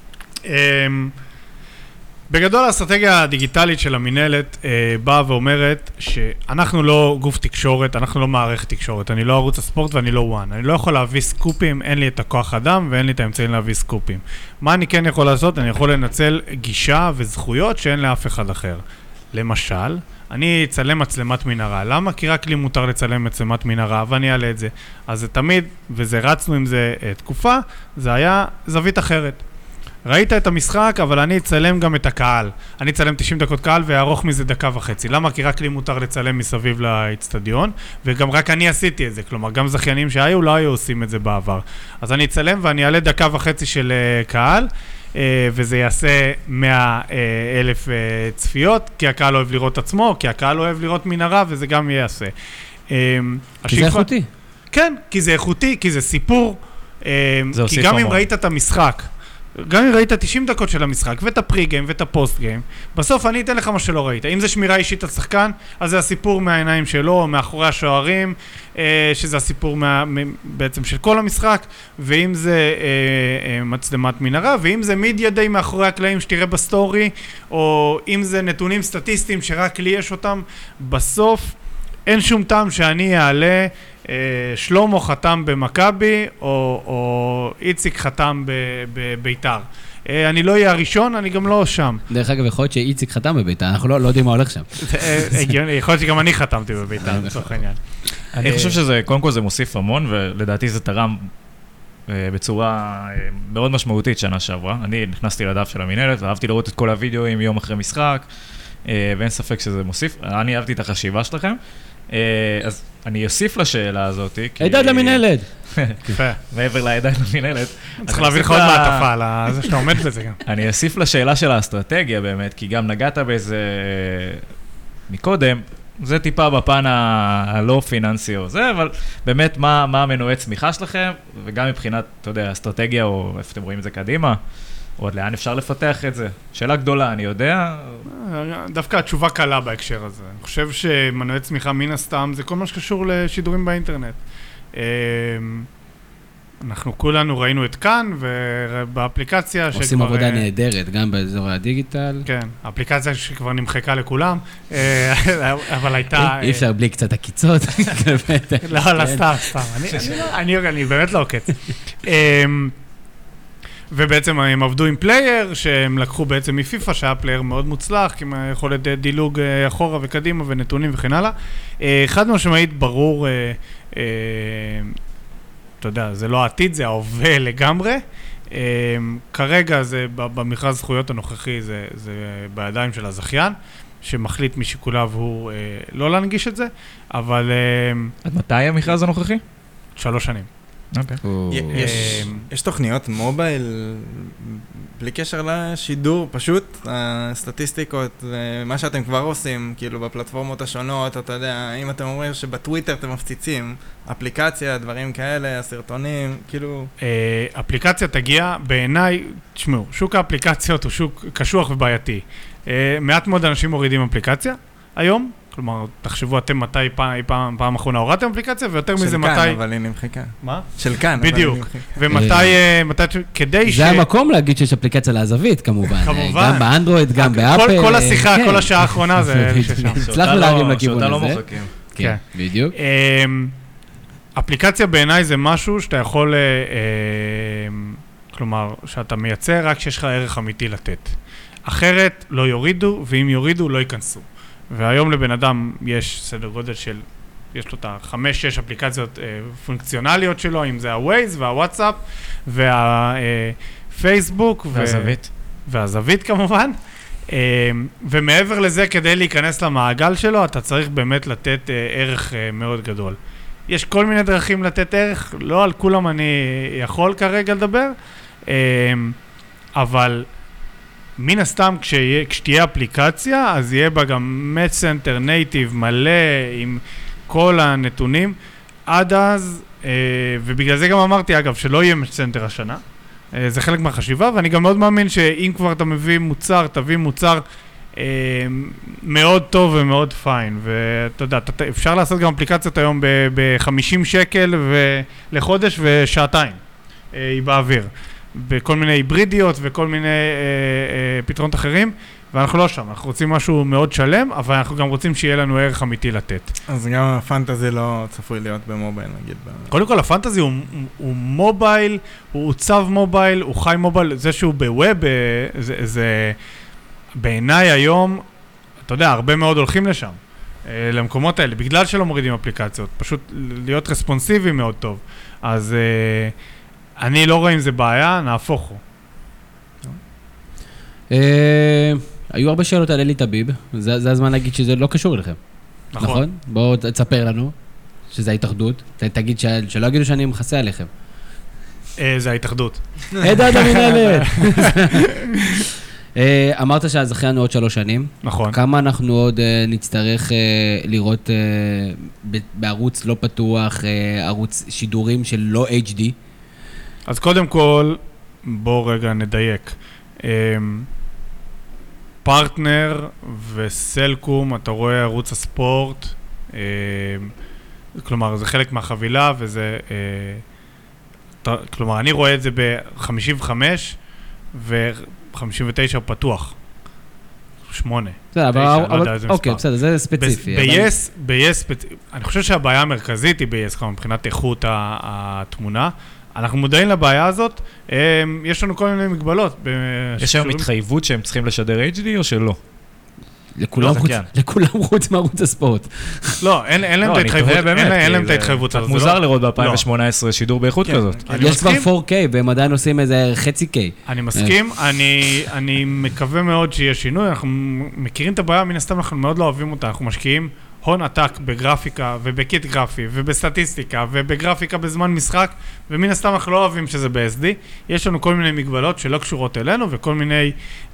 בגדול, האסטרטגיה הדיגיטלית של המנהלת באה ואומרת שאנחנו לא גוף תקשורת, אנחנו לא מערכת תקשורת, אני לא ערוץ הספורט ואני לא וואן. אני לא יכול להביא סקופים, אין לי את הכוח אדם ואין לי את האמצעים להביא סקופים. מה אני כן יכול לעשות? אני יכול לנצל גישה וזכויות שאין לאף אחד אחר. למשל, אני אצלם מצלמת מנהרה. למה? כי רק לי מותר לצלם מצלמת מנהרה, ואני אעלה את זה. אז זה תמיד, וזה רצנו עם זה תקופה, זה היה זווית אחרת. ראית את המשחק, אבל אני אצלם גם את הקהל. אני אצלם 90 דקות קהל וארוך מזה דקה וחצי. למה? כי רק לי מותר לצלם מסביב לאצטדיון, וגם רק אני עשיתי את זה. כלומר, גם זכיינים שהיו לא היו עושים את זה בעבר. אז אני אצלם ואני אעלה דקה וחצי של קהל, וזה יעשה 100,000 צפיות, כי הקהל אוהב לראות עצמו, כי הקהל אוהב לראות מנהרה, וזה גם יעשה. כי זה איכותי. כן, כי זה איכותי, כי זה סיפור. כי גם אם ראית את המשחק, גם אם ראית 90 דקות של המשחק, ואת הפרי-גיים ואת הפוסט-גיים, בסוף אני אתן לך מה שלא ראית. אם זה שמירה אישית על שחקן, אז זה הסיפור מהעיניים שלו, מאחורי השוערים, שזה הסיפור בעצם של כל המשחק, ואם זה מצלמת מנהרה, ואם זה מידיה די מאחורי הקלעים שתראה בסטורי, או אם זה נתונים סטטיסטיים שרק לי יש אותם, בסוף אין שום טעם שאני אעלה שלמה חתם במכבי, או איציק חתם בביתר. אני לא אהיה הראשון, אני גם לא שם. דרך אגב, יכול להיות שאיציק חתם בביתר, אנחנו לא יודעים מה הולך שם. יכול להיות שגם אני חתמתי בביתר, לצורך העניין. אני חושב שזה, קודם כל זה מוסיף המון, ולדעתי זה תרם בצורה מאוד משמעותית שנה שעברה. אני נכנסתי לדף של המנהלת, ואהבתי לראות את כל הוידאוים יום אחרי משחק, ואין ספק שזה מוסיף. אני אהבתי את החשיבה שלכם. אז אני אוסיף לשאלה הזאת. עידד למנהלת. מעבר לעידד למנהלת. צריך להביא לך עוד מעטפה על זה שאתה עומד בזה גם. אני אוסיף לשאלה של האסטרטגיה באמת, כי גם נגעת באיזה מקודם, זה טיפה בפן הלא פיננסי או זה, אבל באמת מה המנועי צמיחה שלכם, וגם מבחינת, אתה יודע, אסטרטגיה או איפה אתם רואים את זה קדימה, או עד לאן אפשר לפתח את זה? שאלה גדולה, אני יודע. דווקא התשובה קלה בהקשר הזה. אני חושב שמנועי צמיחה מן הסתם זה כל מה שקשור לשידורים באינטרנט. אנחנו כולנו ראינו את כאן, ובאפליקציה עושים עבודה נהדרת, גם באזור הדיגיטל. כן, האפליקציה שכבר נמחקה לכולם, אבל הייתה... אי אפשר בלי קצת עקיצות. לא, סתם. אני באמת לא עוקץ. ובעצם הם עבדו עם פלייר, שהם לקחו בעצם מפיפה, שהיה פלייר מאוד מוצלח, עם יכולת דילוג אחורה וקדימה ונתונים וכן הלאה. חד משמעית ברור, אתה יודע, זה לא העתיד, זה ההווה לגמרי. כרגע זה, במכרז זכויות הנוכחי, זה בידיים של הזכיין, שמחליט משיקוליו הוא לא להנגיש את זה, אבל... עד מתי המכרז הנוכחי? 3 שנים. יש תוכניות מובייל בלי קשר לשידור, פשוט הסטטיסטיקות ומה שאתם כבר עושים, כאילו בפלטפורמות השונות, אתה יודע, אם אתם אומרים שבטוויטר אתם מפציצים, אפליקציה, דברים כאלה, הסרטונים, כאילו... אפליקציה תגיע, בעיניי, תשמעו, שוק האפליקציות הוא שוק קשוח ובעייתי. מעט מאוד אנשים מורידים אפליקציה היום, כלומר, תחשבו אתם מתי פעם אחרונה הורדתם אפליקציה, ויותר מזה מתי... של כאן, אבל היא נמחקה. מה? של כאן, אבל היא נמחקה. בדיוק. ומתי, כדי ש... זה המקום להגיד שיש אפליקציה לעזבית, כמובן. כמובן. גם באנדרואיד, גם באפל. כל השיחה, כל השעה האחרונה זה ששם. הצלחנו להרים לכיוון הזה. שאותה לא מוחקים. כן, בדיוק. אפליקציה בעיניי זה משהו שאתה יכול... כלומר, שאתה מייצר רק שיש לך ערך אמיתי לתת. אחרת לא יורידו, ואם יורידו לא ייכנסו. והיום לבן אדם יש סדר גודל של, יש לו את 5-6 אפליקציות פונקציונליות שלו, אם זה ה-Waze והוואטסאפ והפייסבוק. והזווית כמובן. ומעבר לזה, כדי להיכנס למעגל שלו, אתה צריך באמת לתת ערך מאוד גדול. יש כל מיני דרכים לתת ערך, לא על כולם אני יכול כרגע לדבר, אבל... מן הסתם, כשתהיה אפליקציה, אז יהיה בה גם Match Center Native מלא עם כל הנתונים. עד אז, ובגלל זה גם אמרתי, אגב, שלא יהיה Match Center השנה. זה חלק מהחשיבה, ואני גם מאוד מאמין שאם כבר אתה מביא מוצר, תביא מוצר מאוד טוב ומאוד פיין. ואתה יודע, אפשר לעשות גם אפליקציות היום ב-50 שקל לחודש ושעתיים. היא באוויר. בכל מיני היברידיות וכל מיני פתרונות אחרים, ואנחנו לא שם, אנחנו רוצים משהו מאוד שלם, אבל אנחנו גם רוצים שיהיה לנו ערך אמיתי לתת. אז גם הפנטזי לא צפוי להיות במובייל, נגיד. קודם כל, הפנטזי הוא מובייל, הוא עוצב מובייל, הוא חי מובייל, זה שהוא בווב, זה בעיניי היום, אתה יודע, הרבה מאוד הולכים לשם, למקומות האלה, בגלל שלא מורידים אפליקציות, פשוט להיות רספונסיבי מאוד טוב. אז... אני לא רואה אם זה בעיה, נהפוך הוא. היו הרבה שאלות על אלי טביב, זה הזמן להגיד שזה לא קשור אליכם. נכון? בואו תספר לנו שזה ההתאחדות, תגיד שלא יגידו שאני מכסה עליכם. זה ההתאחדות. עדד המנהלת. אמרת שהזכיין הוא עוד 3 שנים. נכון. כמה אנחנו עוד נצטרך לראות בערוץ לא פתוח, ערוץ שידורים של לא HD? אז קודם כל, בואו רגע נדייק. פרטנר וסלקום, אתה רואה ערוץ הספורט, כלומר זה חלק מהחבילה וזה, כלומר אני רואה את זה ב-55 ו-59 פתוח. 8. אוקיי, בסדר, זה ספציפי. ב-yes, אני חושב שהבעיה המרכזית היא ב-yes, כלומר מבחינת איכות התמונה. אנחנו מודעים לבעיה הזאת, יש לנו כל מיני מגבלות. יש היום התחייבות שהם צריכים לשדר HD או שלא? לכולם חוץ מערוץ הספורט. לא, אין להם את ההתחייבות. אין להם את ההתחייבות הזאת. מוזר לראות ב-2018 שידור באיכות כזאת. יש כבר 4K והם עדיין עושים איזה חצי K. אני מסכים, אני מקווה מאוד שיהיה שינוי. אנחנו מכירים את הבעיה, מן הסתם אנחנו מאוד לא אוהבים אותה. אנחנו משקיעים הון עתק בגרפיקה ובקיט גרפי ובסטטיסטיקה ובגרפיקה בזמן משחק, ומן הסתם אנחנו לא אוהבים שזה ב-SD. יש לנו כל מיני מגבלות שלא קשורות אלינו וכל מיני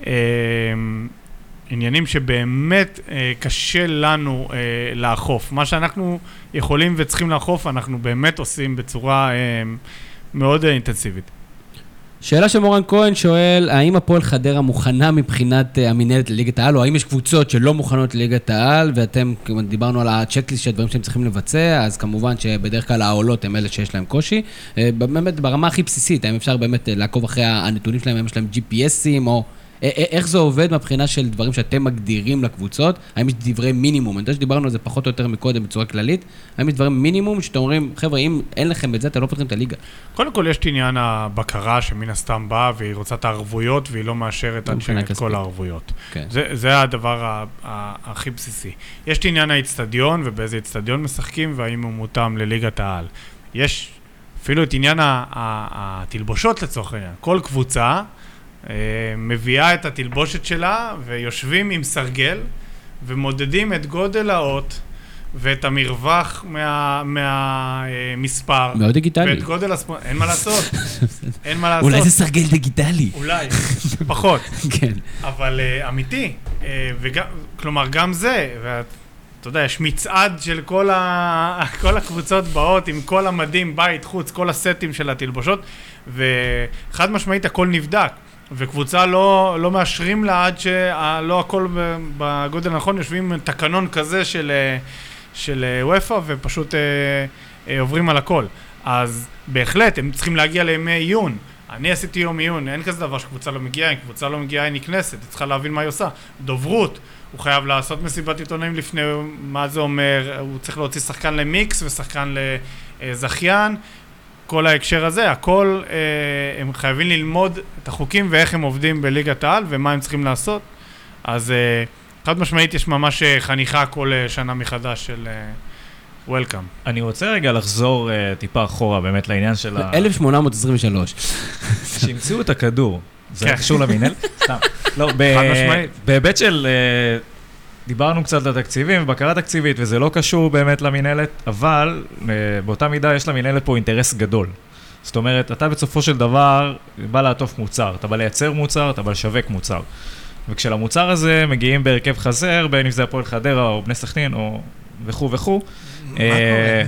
עניינים שבאמת קשה לנו לאכוף. מה שאנחנו יכולים וצריכים לאכוף, אנחנו באמת עושים בצורה מאוד אינטנסיבית. שאלה שמורן כהן שואל, האם הפועל חדרה מוכנה מבחינת המנהלת לליגת העל, או האם יש קבוצות שלא מוכנות לליגת העל, ואתם, דיברנו על הצ'קליסט של הדברים שהם צריכים לבצע, אז כמובן שבדרך כלל העולות הם אלה שיש להם קושי. באמת, ברמה הכי בסיסית, האם אפשר באמת לעקוב אחרי הנתונים שלהם, האם יש להם GPSים, או איך זה עובד מבחינה של דברים שאתם מגדירים לקבוצות? האם יש דברי מינימום? אני יודע שדיברנו על זה פחות או יותר מקודם בצורה כללית. האם יש דברים מינימום שאתם אומרים, חבר'ה, אם אין לכם את זה, אתם לא פותחים את הליגה? קודם כל יש את עניין הבקרה שמן הסתם באה והיא רוצה את הערבויות והיא לא מאשרת עד את כל הערבויות. זה הדבר הכי בסיסי. יש את עניין האצטדיון ובאיזה אצטדיון משחקים והאם הוא מותאם לליגת העל. יש אפילו את עניין התלבושות לצורך העניין. כל קבוצה מביאה את התלבושת שלה ויושבים עם סרגל ומודדים את גודל האות ואת המרווח מהמספר. מאוד דיגיטלי. ואת גודל אין מה לעשות. אין מה לעשות. אולי זה סרגל דיגיטלי. אולי, פחות. כן. אבל אמיתי. כלומר, גם זה, אתה יודע, יש מצעד של כל הקבוצות באות עם כל המדים, בית, חוץ, כל הסטים של התלבושות, וחד משמעית הכל נבדק. וקבוצה לא מאשרים לה עד שלא הכל בגודל הנכון, יושבים תקנון כזה של וופא ופשוט עוברים על הכל. אז בהחלט, הם צריכים להגיע לימי עיון. אני עשיתי יום עיון, אין כזה דבר שקבוצה לא מגיעה, אם קבוצה לא מגיעה, היא נכנסת, היא צריכה להבין מה היא עושה. דוברות, הוא חייב לעשות מסיבת עיתונאים לפני מה זה אומר, הוא צריך להוציא שחקן למיקס ושחקן לזכיין, כל ההקשר הזה, הכל, הם חייבים ללמוד את החוקים ואיך הם עובדים בליגת העל ומה הם צריכים לעשות. אז חד משמעית יש ממש חניכה כל שנה מחדש של וולקאם. אני רוצה רגע לחזור טיפה אחורה באמת לעניין של 1823. שהמציאו את הכדור. זה קשור למינהל? סתם. לא, בהיבט של דיברנו קצת על התקציבים ובקרה תקציבית, וזה לא קשור באמת למנהלת, אבל באותה מידה יש למנהלת פה אינטרס גדול. זאת אומרת, אתה בסופו של דבר בא לעטוף מוצר, אתה בא לייצר מוצר, אתה בא לשווק מוצר. וכשלמוצר הזה מגיעים בהרכב חזר, בין אם זה הפועל חדרה או בני סכנין או וכו' וכו'. מה קורה?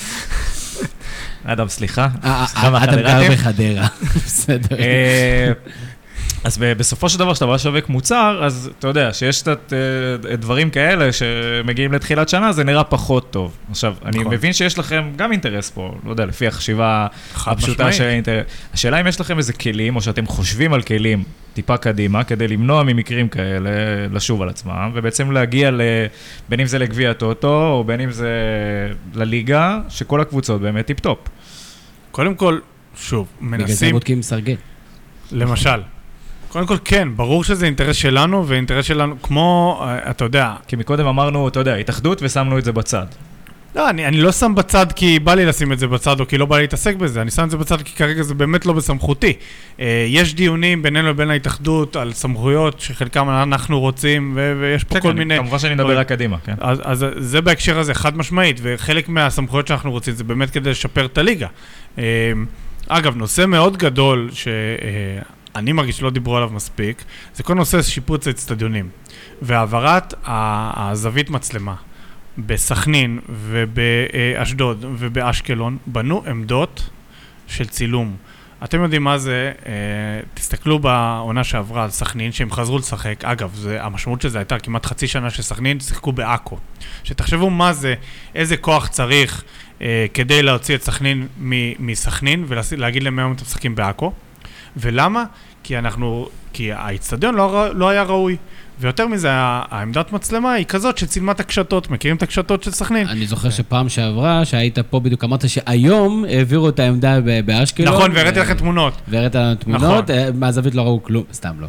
אדם, סליחה. אדם גר בחדרה. בסדר. אז בסופו של דבר, שאתה בא לשווק מוצר, אז אתה יודע שיש דברים כאלה שמגיעים לתחילת שנה, זה נראה פחות טוב. עכשיו, אני מבין שיש לכם גם אינטרס פה, לא יודע, לפי החשיבה הפשוטה של האינטרס. השאלה אם יש לכם איזה כלים, או שאתם חושבים על כלים טיפה קדימה, כדי למנוע ממקרים כאלה לשוב על עצמם, ובעצם להגיע בין אם זה לגביע הטוטו, או בין אם זה לליגה, שכל הקבוצות באמת טיפ-טופ. קודם כל, שוב, מנסים... בגלל זה בודקים סרגל. למשל. קודם כל, כן, ברור שזה אינטרס שלנו, ואינטרס שלנו, כמו, אתה יודע... כי מקודם אמרנו, אתה יודע, התאחדות ושמנו את זה בצד. לא, אני לא שם בצד כי בא לי לשים את זה בצד, או כי לא בא לי להתעסק בזה, אני שם את זה בצד כי כרגע זה באמת לא בסמכותי. יש דיונים בינינו לבין ההתאחדות על סמכויות שחלקם אנחנו רוצים, ויש פה כל מיני... כמובן שאני מדבר רק קדימה, כן. אז זה בהקשר הזה חד משמעית, וחלק מהסמכויות שאנחנו רוצים זה באמת כדי לשפר את הליגה. אגב, נושא מאוד גדול אני מרגיש שלא דיברו עליו מספיק, זה כל נושא שיפוץ האצטדיונים, והעברת הזווית מצלמה. בסכנין ובאשדוד ובאשקלון בנו עמדות של צילום. אתם יודעים מה זה, תסתכלו בעונה שעברה על סכנין, שהם חזרו לשחק. אגב, המשמעות של זה הייתה כמעט חצי שנה שסכנין שיחקו בעכו. שתחשבו מה זה, איזה כוח צריך כדי להוציא את סכנין מסכנין ולהגיד להם היום אתם משחקים בעכו. ולמה? כי האצטדיון לא היה ראוי. ויותר מזה, העמדת מצלמה היא כזאת שצילמה את הקשתות. מכירים את הקשתות של סכנין? אני זוכר שפעם שעברה, שהיית פה בדיוק, אמרת שהיום העבירו את העמדה באשקלון. נכון, והראיתי לך תמונות. והראית תמונות, מהזווית לא ראו כלום, סתם לא.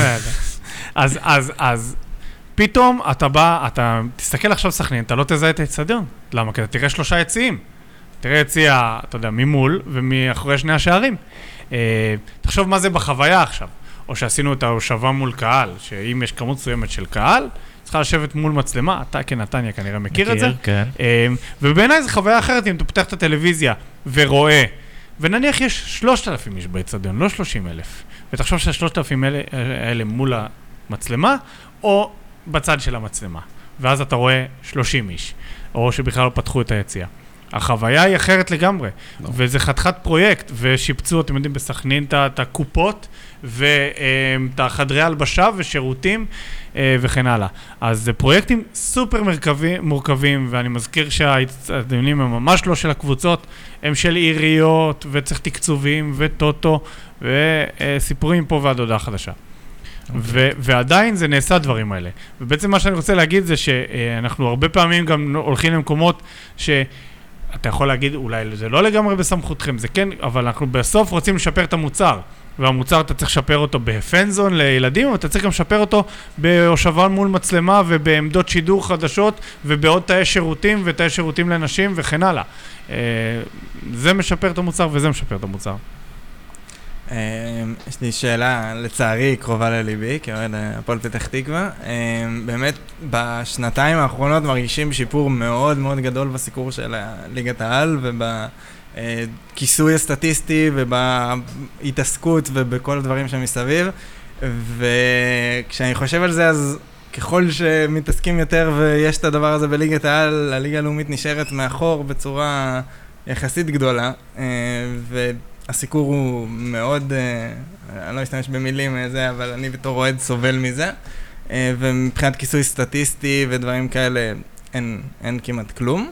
אז פתאום אתה בא, אתה תסתכל עכשיו סכנין, אתה לא תזהה את האצטדיון. למה? כי אתה תראה 3 יציאים. תראה יציאה, אתה יודע, ממול ומאחורי 2 השערים. תחשוב מה זה בחוויה עכשיו. או שעשינו את ההושבה מול קהל, שאם יש כמות מסוימת של קהל, צריכה לשבת מול מצלמה, אתה כנתניה כנראה מכיר את זה. כן. ובעיניי זו חוויה אחרת, אם אתה פותח את הטלוויזיה ורואה, ונניח יש 3,000 איש באצטדיון, לא 30,000, ותחשוב שה3,000 האלה מול המצלמה, או בצד של המצלמה, ואז אתה רואה 30 איש, או שבכלל לא פתחו את היציאה. החוויה היא אחרת לגמרי, וזה חתיכת פרויקט, ושיפצו, אתם יודעים, בסכנין את הקופות, ואת החדרי הלבשה ושירותים, וכן הלאה. אז זה פרויקטים סופר מורכבים, ואני מזכיר שהדיונים הם ממש לא של הקבוצות, הם של עיריות, וצריך תקצובים, וטוטו, וסיפורים פה ועד הודעה חדשה. ועדיין זה נעשה דברים האלה. ובעצם מה שאני רוצה להגיד זה שאנחנו הרבה פעמים גם הולכים למקומות שאתה יכול להגיד, אולי זה לא לגמרי בסמכותכם, זה כן, אבל אנחנו בסוף רוצים לשפר את המוצר. והמוצר אתה צריך לשפר אותו בפנזון לילדים, אבל אתה צריך גם לשפר אותו בהושבה מול מצלמה ובעמדות שידור חדשות ובעוד תאי שירותים ותאי שירותים לנשים וכן הלאה. זה משפר את המוצר וזה משפר את המוצר. יש לי שאלה, לצערי, קרובה לליבי, כאוהד הפועל פתח תקווה. באמת, בשנתיים האחרונות מרגישים שיפור מאוד מאוד גדול בסיקור של ליגת העל ובכיסוי הסטטיסטי ובהתעסקות ובכל הדברים שמסביב. וכשאני חושב על זה, אז ככל שמתעסקים יותר ויש את הדבר הזה בליגת העל, הליגה הלאומית נשארת מאחור בצורה יחסית גדולה. הסיקור הוא מאוד, אני לא אשתמש במילים זה, אבל אני בתור אוהד סובל מזה, ומבחינת כיסוי סטטיסטי ודברים כאלה אין כמעט כלום,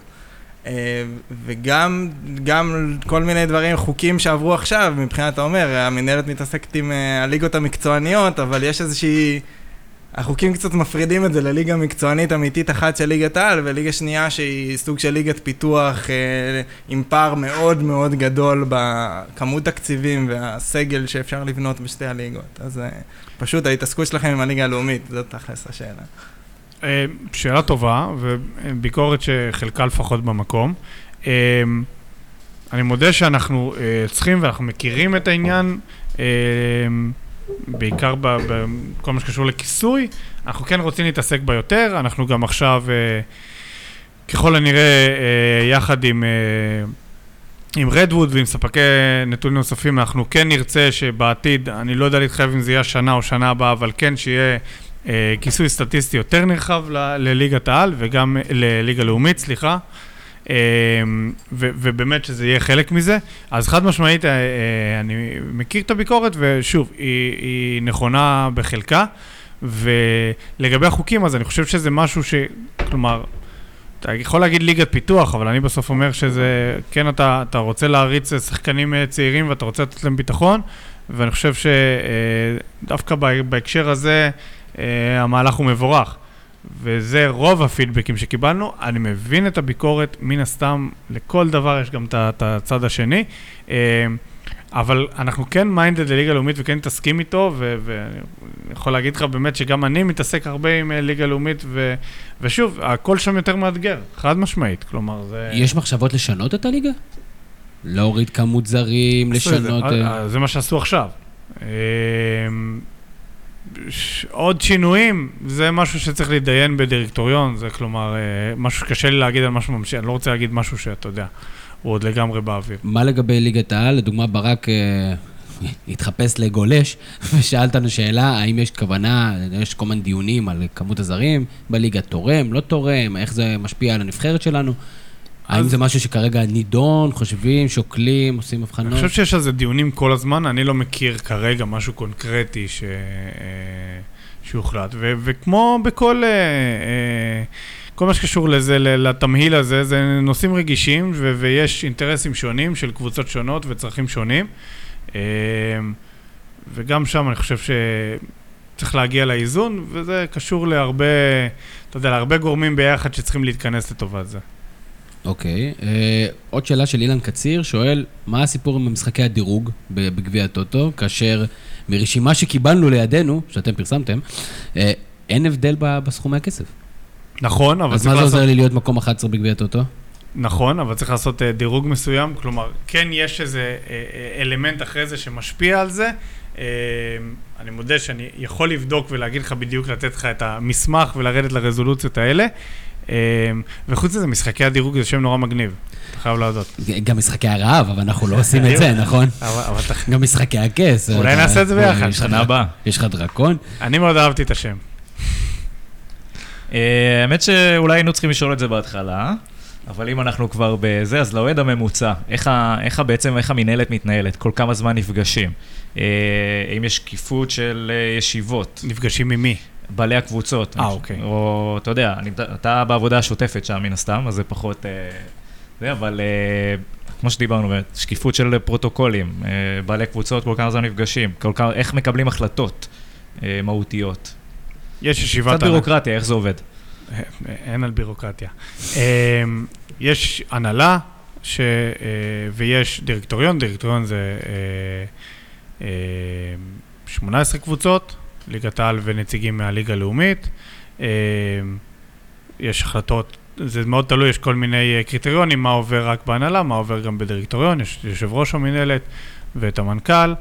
וגם כל מיני דברים, חוקים שעברו עכשיו, מבחינת האומר, המנהלת מתעסקת עם הליגות המקצועניות, אבל יש איזושהי, החוקים קצת מפרידים את זה לליגה מקצוענית אמיתית אחת של ליגת העל, וליגה שנייה שהיא סוג של ליגת פיתוח עם פער מאוד מאוד גדול בכמות תקציבים והסגל שאפשר לבנות בשתי הליגות. אז פשוט ההתעסקות שלכם עם הליגה הלאומית, זאת תכלס השאלה. שאלה טובה, וביקורת שחלקה לפחות במקום. אני מודה שאנחנו צריכים ואנחנו מכירים את העניין, בעיקר בכל מה שקשור לכיסוי, אנחנו כן רוצים להתעסק בה יותר, אנחנו גם עכשיו, ככל הנראה, יחד עם רדווד ועם ספקי נתונים נוספים, אנחנו כן נרצה שבעתיד, אני לא יודע להתחייב אם זה יהיה שנה או שנה הבאה, אבל כן שיהיה כיסוי סטטיסטי יותר נרחב לליגת העל, וגם לליגה לאומית, סליחה, ובאמת שזה יהיה חלק מזה. אז חד משמעית, אני מכיר את הביקורת, ושוב, היא נכונה בחלקה, ולגבי החוקים, אז אני חושב שזה משהו כלומר, אתה יכול להגיד ליגת פיתוח, אבל אני בסוף אומר שזה, כן, אתה רוצה להריץ שחקנים צעירים, ואתה רוצה לתת להם ביטחון, ואני חושב שדווקא בהקשר הזה, המהלך הוא מבורך. וזה רוב הפידבקים שקיבלנו. אני מבין את הביקורת, מן הסתם, לכל דבר יש גם את הצד השני, אבל אנחנו כן מיינדד לליגה לאומית וכן מתעסקים איתו, ואני יכול להגיד לך באמת שגם אני מתעסק הרבה עם ליגה לאומית, ושוב, הכל שם יותר מאתגר, חד משמעית, כלומר זה... יש מחשבות לשנות את הליגה? להוריד כמות זרים, לשנות... זה מה שעשו עכשיו. עוד שינויים, זה משהו שצריך להתדיין בדירקטוריון, זה כלומר, משהו שקשה לי להגיד על משהו ממשיך, אני לא רוצה להגיד משהו שאתה יודע, הוא עוד לגמרי באוויר. מה לגבי ליגת העל? לדוגמה, ברק התחפש לגולש, ושאל אותנו שאלה, האם יש כוונה, יש כל מיני דיונים על כמות הזרים, בליגה תורם, לא תורם, איך זה משפיע על הנבחרת שלנו? האם זה משהו שכרגע נידון, חושבים, שוקלים, עושים הבחנות? אני חושב שיש על זה דיונים כל הזמן, אני לא מכיר כרגע משהו קונקרטי שהוחלט. וכמו בכל כל מה שקשור לזה, לתמהיל הזה, זה נושאים רגישים, ויש אינטרסים שונים של קבוצות שונות וצרכים שונים. וגם שם אני חושב שצריך להגיע לאיזון, וזה קשור להרבה, אתה יודע, להרבה גורמים ביחד שצריכים להתכנס לטובת זה. אוקיי, עוד שאלה של אילן קציר, שואל, מה הסיפור עם משחקי הדירוג בגביע הטוטו, כאשר מרשימה שקיבלנו לידינו, שאתם פרסמתם, אין הבדל בסכומי הכסף. נכון, אבל אז מה זה עוזר לי להיות מקום 11 בגביע הטוטו? נכון, אבל צריך לעשות דירוג מסוים, כלומר, כן יש איזה אלמנט אחרי זה שמשפיע על זה, אני מודה שאני יכול לבדוק ולהגיד לך בדיוק, לתת לך את המסמך ולרדת לרזולוציות האלה, וחוץ לזה, משחקי הדירוג זה שם נורא מגניב, אתה חייב להודות. גם משחקי הרעב, אבל אנחנו לא עושים את זה, נכון? גם משחקי הכס. אולי נעשה את זה ביחד. שנה הבאה. יש לך דרקון? אני מאוד אהבתי את השם. האמת שאולי היינו צריכים לשאול את זה בהתחלה, אבל אם אנחנו כבר בזה, אז לאוהד הממוצע, איך המנהלת מתנהלת? כל כמה זמן נפגשים? האם יש שקיפות של ישיבות? נפגשים ממי? בעלי הקבוצות. אוקיי. או, אתה יודע, אתה בעבודה השוטפת שם מן הסתם, אז זה פחות... זה, אבל כמו שדיברנו, שקיפות של פרוטוקולים, בעלי קבוצות, כל כמה זמן נפגשים, איך מקבלים החלטות מהותיות? יש ישיבת... קצת בירוקרטיה, איך זה עובד? אין על בירוקרטיה. יש הנהלה, ויש דירקטוריון, דירקטוריון זה 18 קבוצות, ליגת העל ונציגים מהליגה הלאומית. יש החלטות, זה מאוד תלוי, יש כל מיני קריטריונים, מה עובר רק בהנהלה, מה עובר גם בדירקטוריון, יש יושב ראש המנהלת ואת המנכ"ל.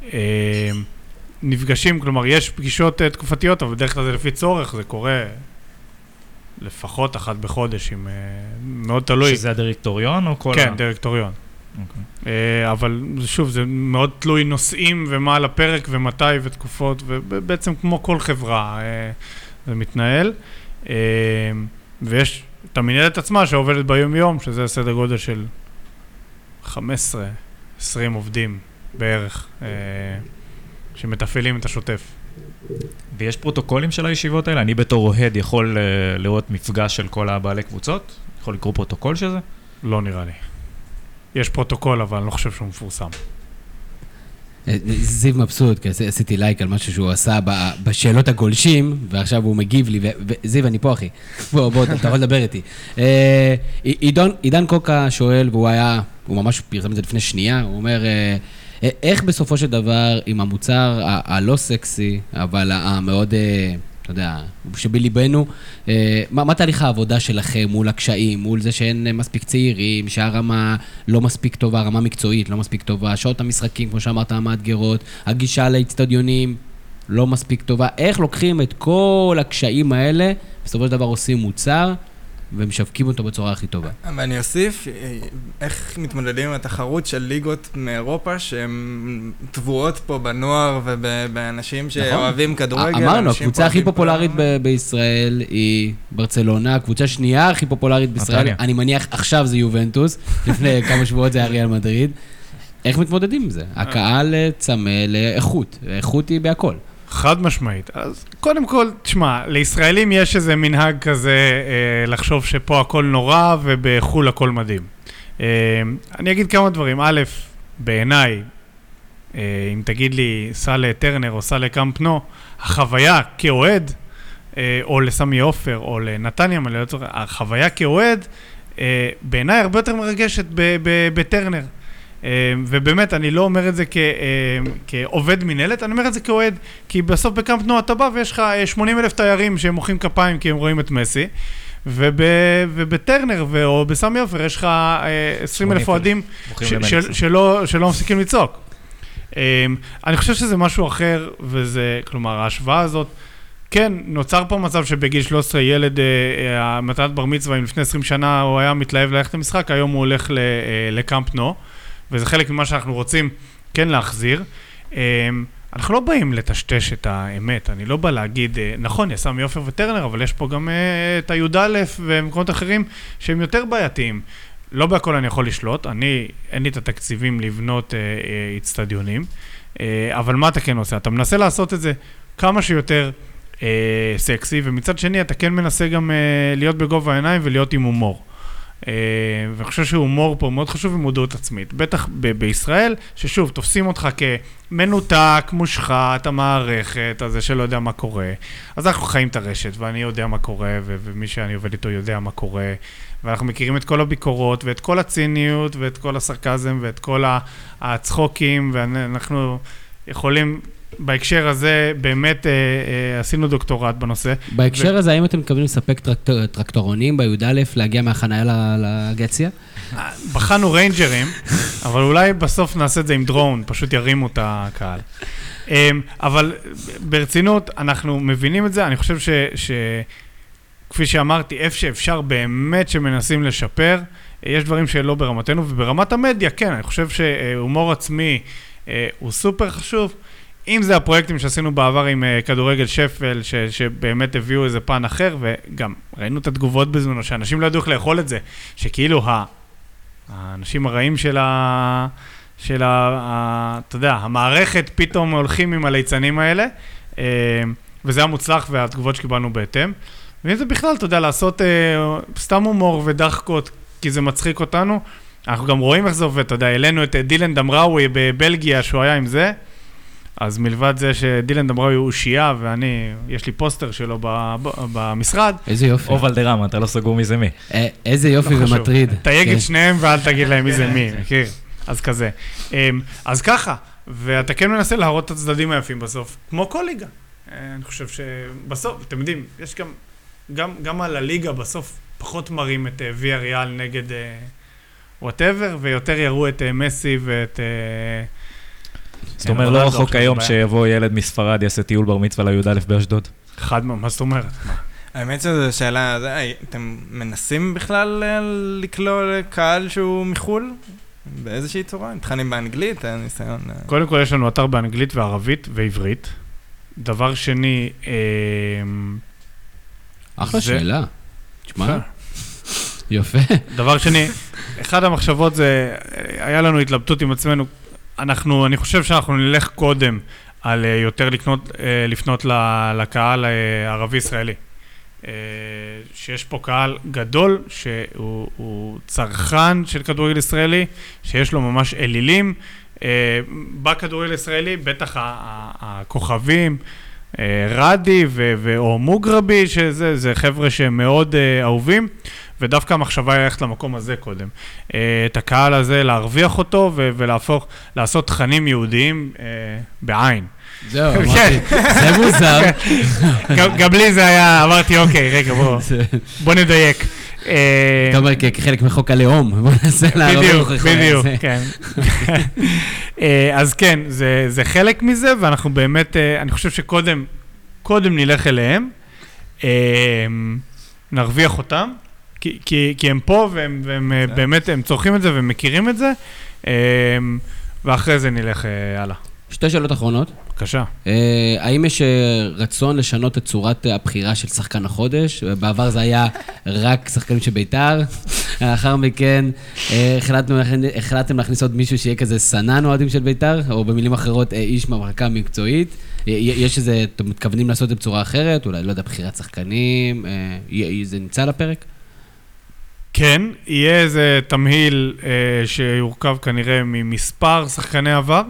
נפגשים, כלומר, יש פגישות תקופתיות, אבל בדרך כלל זה לפי צורך, זה קורה לפחות אחת בחודש, עם מאוד תלוי. שזה הדירקטוריון או כל כן, דירקטוריון. אבל שוב, זה מאוד תלוי נושאים ומה על הפרק ומתי ותקופות, ובעצם כמו כל חברה זה מתנהל. ויש את המנהלת עצמה שעובדת ביום יום, שזה סדר גודל של 15-20 עובדים בערך, שמתפעלים את השוטף. ויש פרוטוקולים של הישיבות האלה? אני בתור אוהד יכול לראות מפגש של כל הבעלי קבוצות? יכול לקרוא פרוטוקול של זה? לא נראה לי. יש פרוטוקול, אבל אני לא חושב שהוא מפורסם. זיו מבסוט, כי עשיתי לייק על משהו שהוא עשה בשאלות הגולשים, ועכשיו הוא מגיב לי, וזיו, אני פה, אחי. בוא, אתה יכול לדבר איתי. עידן קוקה שואל, הוא ממש פרסם את זה לפני שנייה, הוא אומר, איך בסופו של דבר, עם המוצר הלא סקסי, אבל המאוד, אתה יודע, שבליבנו, מה תהליך העבודה שלכם מול הקשיים, מול זה שאין מספיק צעירים, שהרמה לא מספיק טובה, הרמה מקצועית לא מספיק טובה, שעות המשחקים, כמו שאמרת, המאתגרות, הגישה לאצטדיונים לא מספיק טובה, איך לוקחים את כל הקשיים האלה, בסופו של דבר עושים מוצר, ומשווקים אותו בצורה הכי טובה. ואני אוסיף, איך מתמודדים עם התחרות של ליגות מאירופה, שהן טבועות פה בנוער ובאנשים שאוהבים כדורגל. אמרנו, הקבוצה הכי פופולרית בישראל היא ברצלונה, הקבוצה השנייה הכי פופולרית בישראל, אני מניח עכשיו זה יובנטוס, לפני כמה שבועות זה ריאל מדריד. איך מתמודדים עם זה? הקהל צמא לאיכות, איכות היא בהכל. חד משמעית. אז קודם כל, תשמע, לישראלים יש איזה מנהג כזה לחשוב שפה הכל נורא ובחול הכל מדהים. אני אגיד כמה דברים. א', בעיניי, אם תגיד לי סע לטרנר או סע לקאמפ נו, החוויה כאוהד, או לסמי עופר או לנתניה, החוויה כאוהד, בעיניי הרבה יותר מרגשת בטרנר. ובאמת, אני לא אומר את זה כעובד מנהלת, אני אומר את זה כאוהד, כי בסוף בקאמפ נו אתה בא ויש לך 80,000 תיירים שהם מוחאים כפיים כי הם רואים את מסי, ובטרנר או בסמי עופר יש לך 20,000 אוהדים שלא מפסיקים לצעוק. אני חושב שזה משהו אחר, וזה, כלומר, ההשוואה הזאת, כן, נוצר פה מצב שבגיל 13 ילד, מתנת בר מצווה, אם לפני 20 שנה הוא היה מתלהב ללכת למשחק, היום הוא הולך לקאמפ נו, וזה חלק ממה שאנחנו רוצים כן להחזיר. אנחנו לא באים לטשטש את האמת, אני לא בא להגיד, נכון, יש סמי עופר וטרנר, אבל יש פה גם את הי"א ומקומות אחרים שהם יותר בעייתיים. לא בהכל אני יכול לשלוט, אין לי את התקציבים לבנות אצטדיונים, אבל מה אתה כן עושה? אתה מנסה לעשות את זה כמה שיותר סקסי, ומצד שני אתה כן מנסה גם להיות בגובה העיניים ולהיות עם הומור. ואני חושב שהומור פה מאוד חשוב ומודעות עצמית. בטח בישראל, ששוב, תופסים אותך כמנותק, מושחת, המערכת, הזה שלא יודע מה קורה. אז אנחנו חיים את הרשת, ואני יודע מה קורה, ומי שאני עובד איתו יודע מה קורה. ואנחנו מכירים את כל הביקורות, ואת כל הציניות, ואת כל הסרקזם, ואת כל הצחוקים, ואנחנו יכולים... בהקשר הזה באמת עשינו דוקטורט בנושא. בהקשר הזה, האם אתם מתכוונים לספק טרקטורונים בי"א להגיע מהחניה לגציה? בחנו ריינג'רים, אבל אולי בסוף נעשה את זה עם דרון, פשוט ירימו את הקהל. אבל ברצינות, אנחנו מבינים את זה, אני חושב כפי שאמרתי, איפה שאפשר באמת שמנסים לשפר, יש דברים שלא ברמתנו, וברמת המדיה, כן, אני חושב שהומור עצמי הוא סופר חשוב. אם זה הפרויקטים שעשינו בעבר עם כדורגל שפל, שבאמת הביאו איזה פן אחר, וגם ראינו את התגובות בזמנו, שאנשים לא ידעו איך לאכול את זה, שכאילו האנשים הרעים אתה יודע, המערכת פתאום הולכים עם הליצנים האלה, וזה היה מוצלח והתגובות שקיבלנו בהתאם. ואם זה בכלל, אתה יודע, לעשות סתם הומור ודחקות, כי זה מצחיק אותנו, אנחנו גם רואים איך זה עובד, אתה יודע, העלינו את דילן דמראוי בבלגיה, שהוא היה עם זה, אז מלבד זה שדילן דמראוי הוא שיעה, יש לי פוסטר שלו במשרד. איזה יופי. או ולדרמה, אתה לא סגור מי זה מי. איזה יופי ומטריד. תייג את שניהם ואל תגיד להם מי זה מי, מכיר? אז כזה. אז ככה, ואתה כן מנסה להראות את הצדדים היפים בסוף, כמו כל ליגה. אני חושב שבסוף, אתם יודעים, יש גם על הליגה בסוף פחות מראים את ויאריאל נגד whatever, ויותר יראו את מסי ואת... זאת אומרת, לא רחוק היום שיבוא ילד מספרד, יעשה טיול בר מצווה לי"א באשדוד. מה זאת אומרת? האמת שזו שאלה, אתם מנסים בכלל לקלוע לקהל שהוא מחול? באיזושהי צורה? תכנים באנגלית, הניסיון... קודם כל יש לנו אתר באנגלית וערבית ועברית. דבר שני... אחלה שאלה. תשמע, יפה. דבר שני, אחד המחשבות זה, היה לנו התלבטות עם עצמנו, אני חושב שאנחנו נלך קודם על יותר לפנות לקהל הערבי-ישראלי. שיש פה קהל גדול, שהוא צרכן של כדורגל ישראלי, שיש לו ממש אלילים. בכדורגל ישראלי, בטח הכוכבים, רדי או מוגרבי, זה חבר'ה שהם מאוד אהובים, ודווקא המחשבה היא ללכת למקום הזה קודם. את הקהל הזה, להרוויח אותו לעשות תכנים יהודיים בעין. זהו, אמרתי, זה מוזר. גם לי זה היה, אמרתי, אוקיי, רגע, בוא נדייק. אתה אומר כחלק מחוק הלאום, בוא נעשה בדיוק, כן. אז כן, זה חלק מזה, ואנחנו באמת, אני חושב שקודם נלך אליהם, נרוויח אותם, כי הם פה, והם באמת, הם צורכים את זה ומכירים את זה, ואחרי זה נלך הלאה. שתי שאלות אחרונות. בבקשה. האם יש רצון לשנות את צורת הבחירה של שחקן החודש? בעבר זה היה רק שחקנים של בית"ר. לאחר מכן החלטתם להכניס עוד מישהו שיהיה כזה סנן אוהדים של בית"ר, או במילים אחרות איש מהמחלקה המקצועית. יש איזה, אתם מתכוונים לעשות את זה בצורה אחרת? אולי, לא יודע, בחירת שחקנים? זה נמצא על הפרק? כן, יהיה איזה תמהיל שיורכב כנראה ממספר שחקני עבר.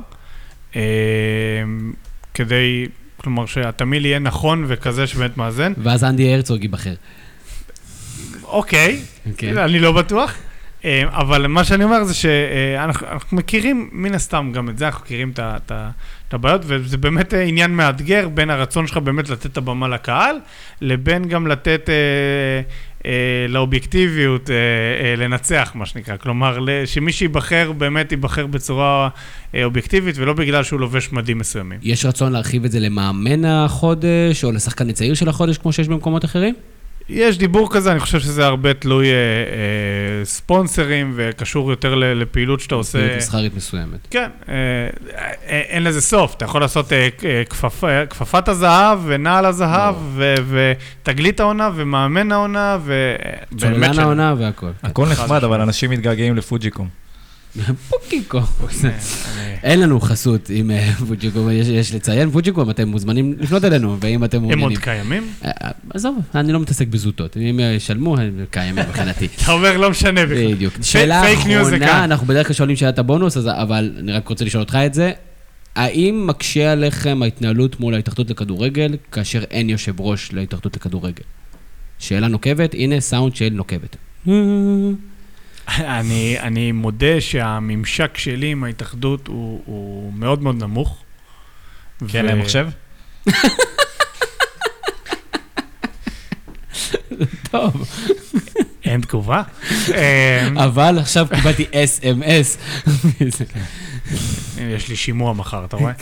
כדי, כלומר שהתמיל יהיה נכון וכזה שבאמת מאזן. ואז אנדי הרצוג ייבחר. אוקיי, אני לא בטוח. אבל מה שאני אומר זה שאנחנו מכירים מן הסתם גם את זה, אנחנו מכירים את הבעיות, וזה באמת עניין מאתגר בין הרצון שלך באמת לתת את הבמה לקהל, לבין גם לתת לאובייקטיביות לנצח, מה שנקרא. כלומר, שמי שיבחר באמת ייבחר בצורה אובייקטיבית, ולא בגלל שהוא לובש מדים מסוימים. יש רצון להרחיב את זה למאמן החודש, או לשחקן צעיר של החודש, כמו שיש במקומות אחרים? יש דיבור כזה, אני חושב שזה הרבה תלוי ספונסרים, וקשור יותר לפעילות שאתה עושה... פעילות מסחרית מסוימת. כן, אין לזה סוף. אתה יכול לעשות כפפת הזהב, ונעל הזהב, ותגלית העונה, ומאמן העונה, צוללן העונה והכל. הכל נחמד, אבל אנשים מתגעגעים לפוג'יקום. פוג'יקום. אין לנו חסות עם פוג'יקום, יש לציין פוג'יקום, אתם מוזמנים לפנות אלינו, ואם אתם מעוניינים... הם עוד קיימים? עזוב, אני לא מתעסק בזוטות, אם ישלמו, הם קיימים מבחינתי. אתה אומר, לא משנה בכלל. בדיוק. שאלה אחרונה, אנחנו בדרך כלל שואלים שאלת הבונוס, אבל אני רק רוצה לשאול אותך את זה, האם מקשה עליכם ההתנהלות מול ההתאחדות לכדורגל, כאשר אין יושב ראש להתאחדות לכדורגל? שאלה נוקבת, הנה סאונד של נוקבת. אני מודה שהממשק שלי עם ההתאחדות הוא מאוד מאוד נמוך. כן, להם מחשב? טוב. אין תגובה. אבל עכשיו קיבלתי SMS. יש לי שימוע מחר, אתה רואה?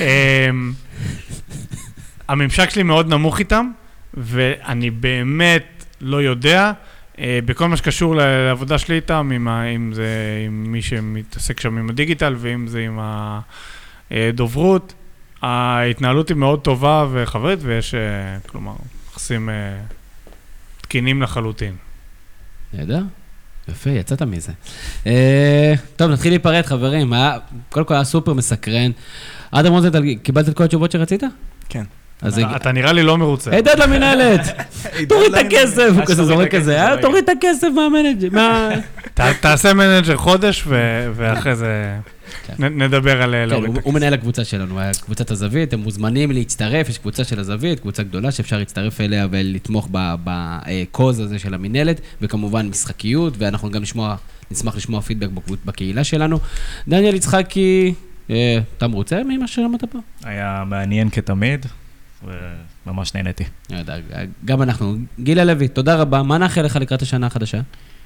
הממשק שלי מאוד נמוך איתם, ואני באמת לא יודע, בכל מה שקשור לעבודה שלי איתם, אם זה עם מי שמתעסק שם עם הדיגיטל, ואם זה עם הדוברות, ההתנהלות היא מאוד טובה וחברית, ויש, כלומר, יחסים תקינים לחלוטין. נהדר. יפה, יצאת מזה. טוב, נתחיל להיפרד, חברים. קודם כל היה סופר מסקרן. אדם רוזנטל, קיבלת את כל התשובות שרצית? כן. אתה נראה לי לא מרוצה. הידד למנהלת! תוריד את הכסף! הוא כזה זורק כזה, תוריד את הכסף מהמנג'ר. תעשה מנג'ר חודש, ואחרי זה נדבר על להוריד את הכסף. הוא מנהל הקבוצה שלנו, קבוצת הזווית, הם מוזמנים להצטרף, יש קבוצה של הזווית, קבוצה גדולה שאפשר להצטרף אליה ולתמוך בקוז הזה של המנהלת, וכמובן משחקיות, ואנחנו גם נשמח לשמוע פידבק בקהילה שלנו. דניאל יצחקי, אתה מרוצה ממה שלמדת פה? היה מעניין כתמיד, וממש נהניתי. גם אנחנו. גילה לוי, תודה רבה. מה נאחל לך לקראת השנה החדשה?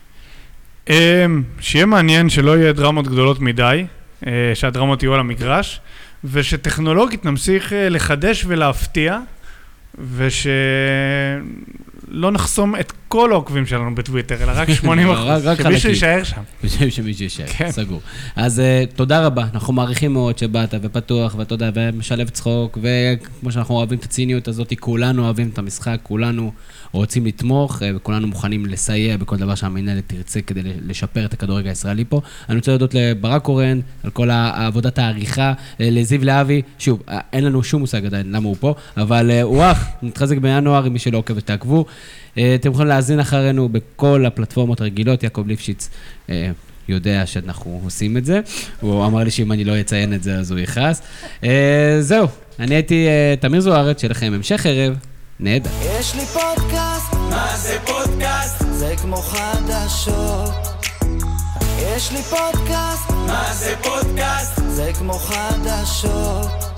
שיהיה מעניין שלא יהיה דרמות גדולות מדי, שהדרמות יהיו על המגרש, ושטכנולוגית נמשיך לחדש ולהפתיע, ושלא נחסום את כל העוקבים שלנו בטוויטר, אלא רק 80%, שמישהו יישאר שם. שמישהו יישאר, סגור. אז תודה רבה, אנחנו מעריכים מאוד שבאת ופתוח, ואתה יודע, ומשלב צחוק, וכמו שאנחנו אוהבים את הציניות הזאת, כולנו אוהבים את המשחק, כולנו רוצים לתמוך, וכולנו מוכנים לסייע בכל דבר שהמנהלת תרצה כדי לשפר את הכדורגל הישראלי פה. אני רוצה להודות לברק קורן, על כל העבודת העריכה, לזיו להבי, שוב, אין לנו שום מושג עדיין למה הוא פה, אבל הוא אח, נתחזק בינואר, מי שלא עוקב ותעקבו. אתם יכולים להאזין אחרינו בכל הפלטפורמות הרגילות, יעקב ליפשיץ יודע שאנחנו עושים את זה, הוא אמר לי שאם אני לא אציין את זה אז הוא יכעס. זהו, אני הייתי תמיר זוארץ, שיהיה לכם המשך ערב, נהדר. יש לי פודקאסט, מה זה פודקאסט? זה כמו חדשות. יש לי פודקאסט, מה זה פודקאסט? זה כמו חדשות.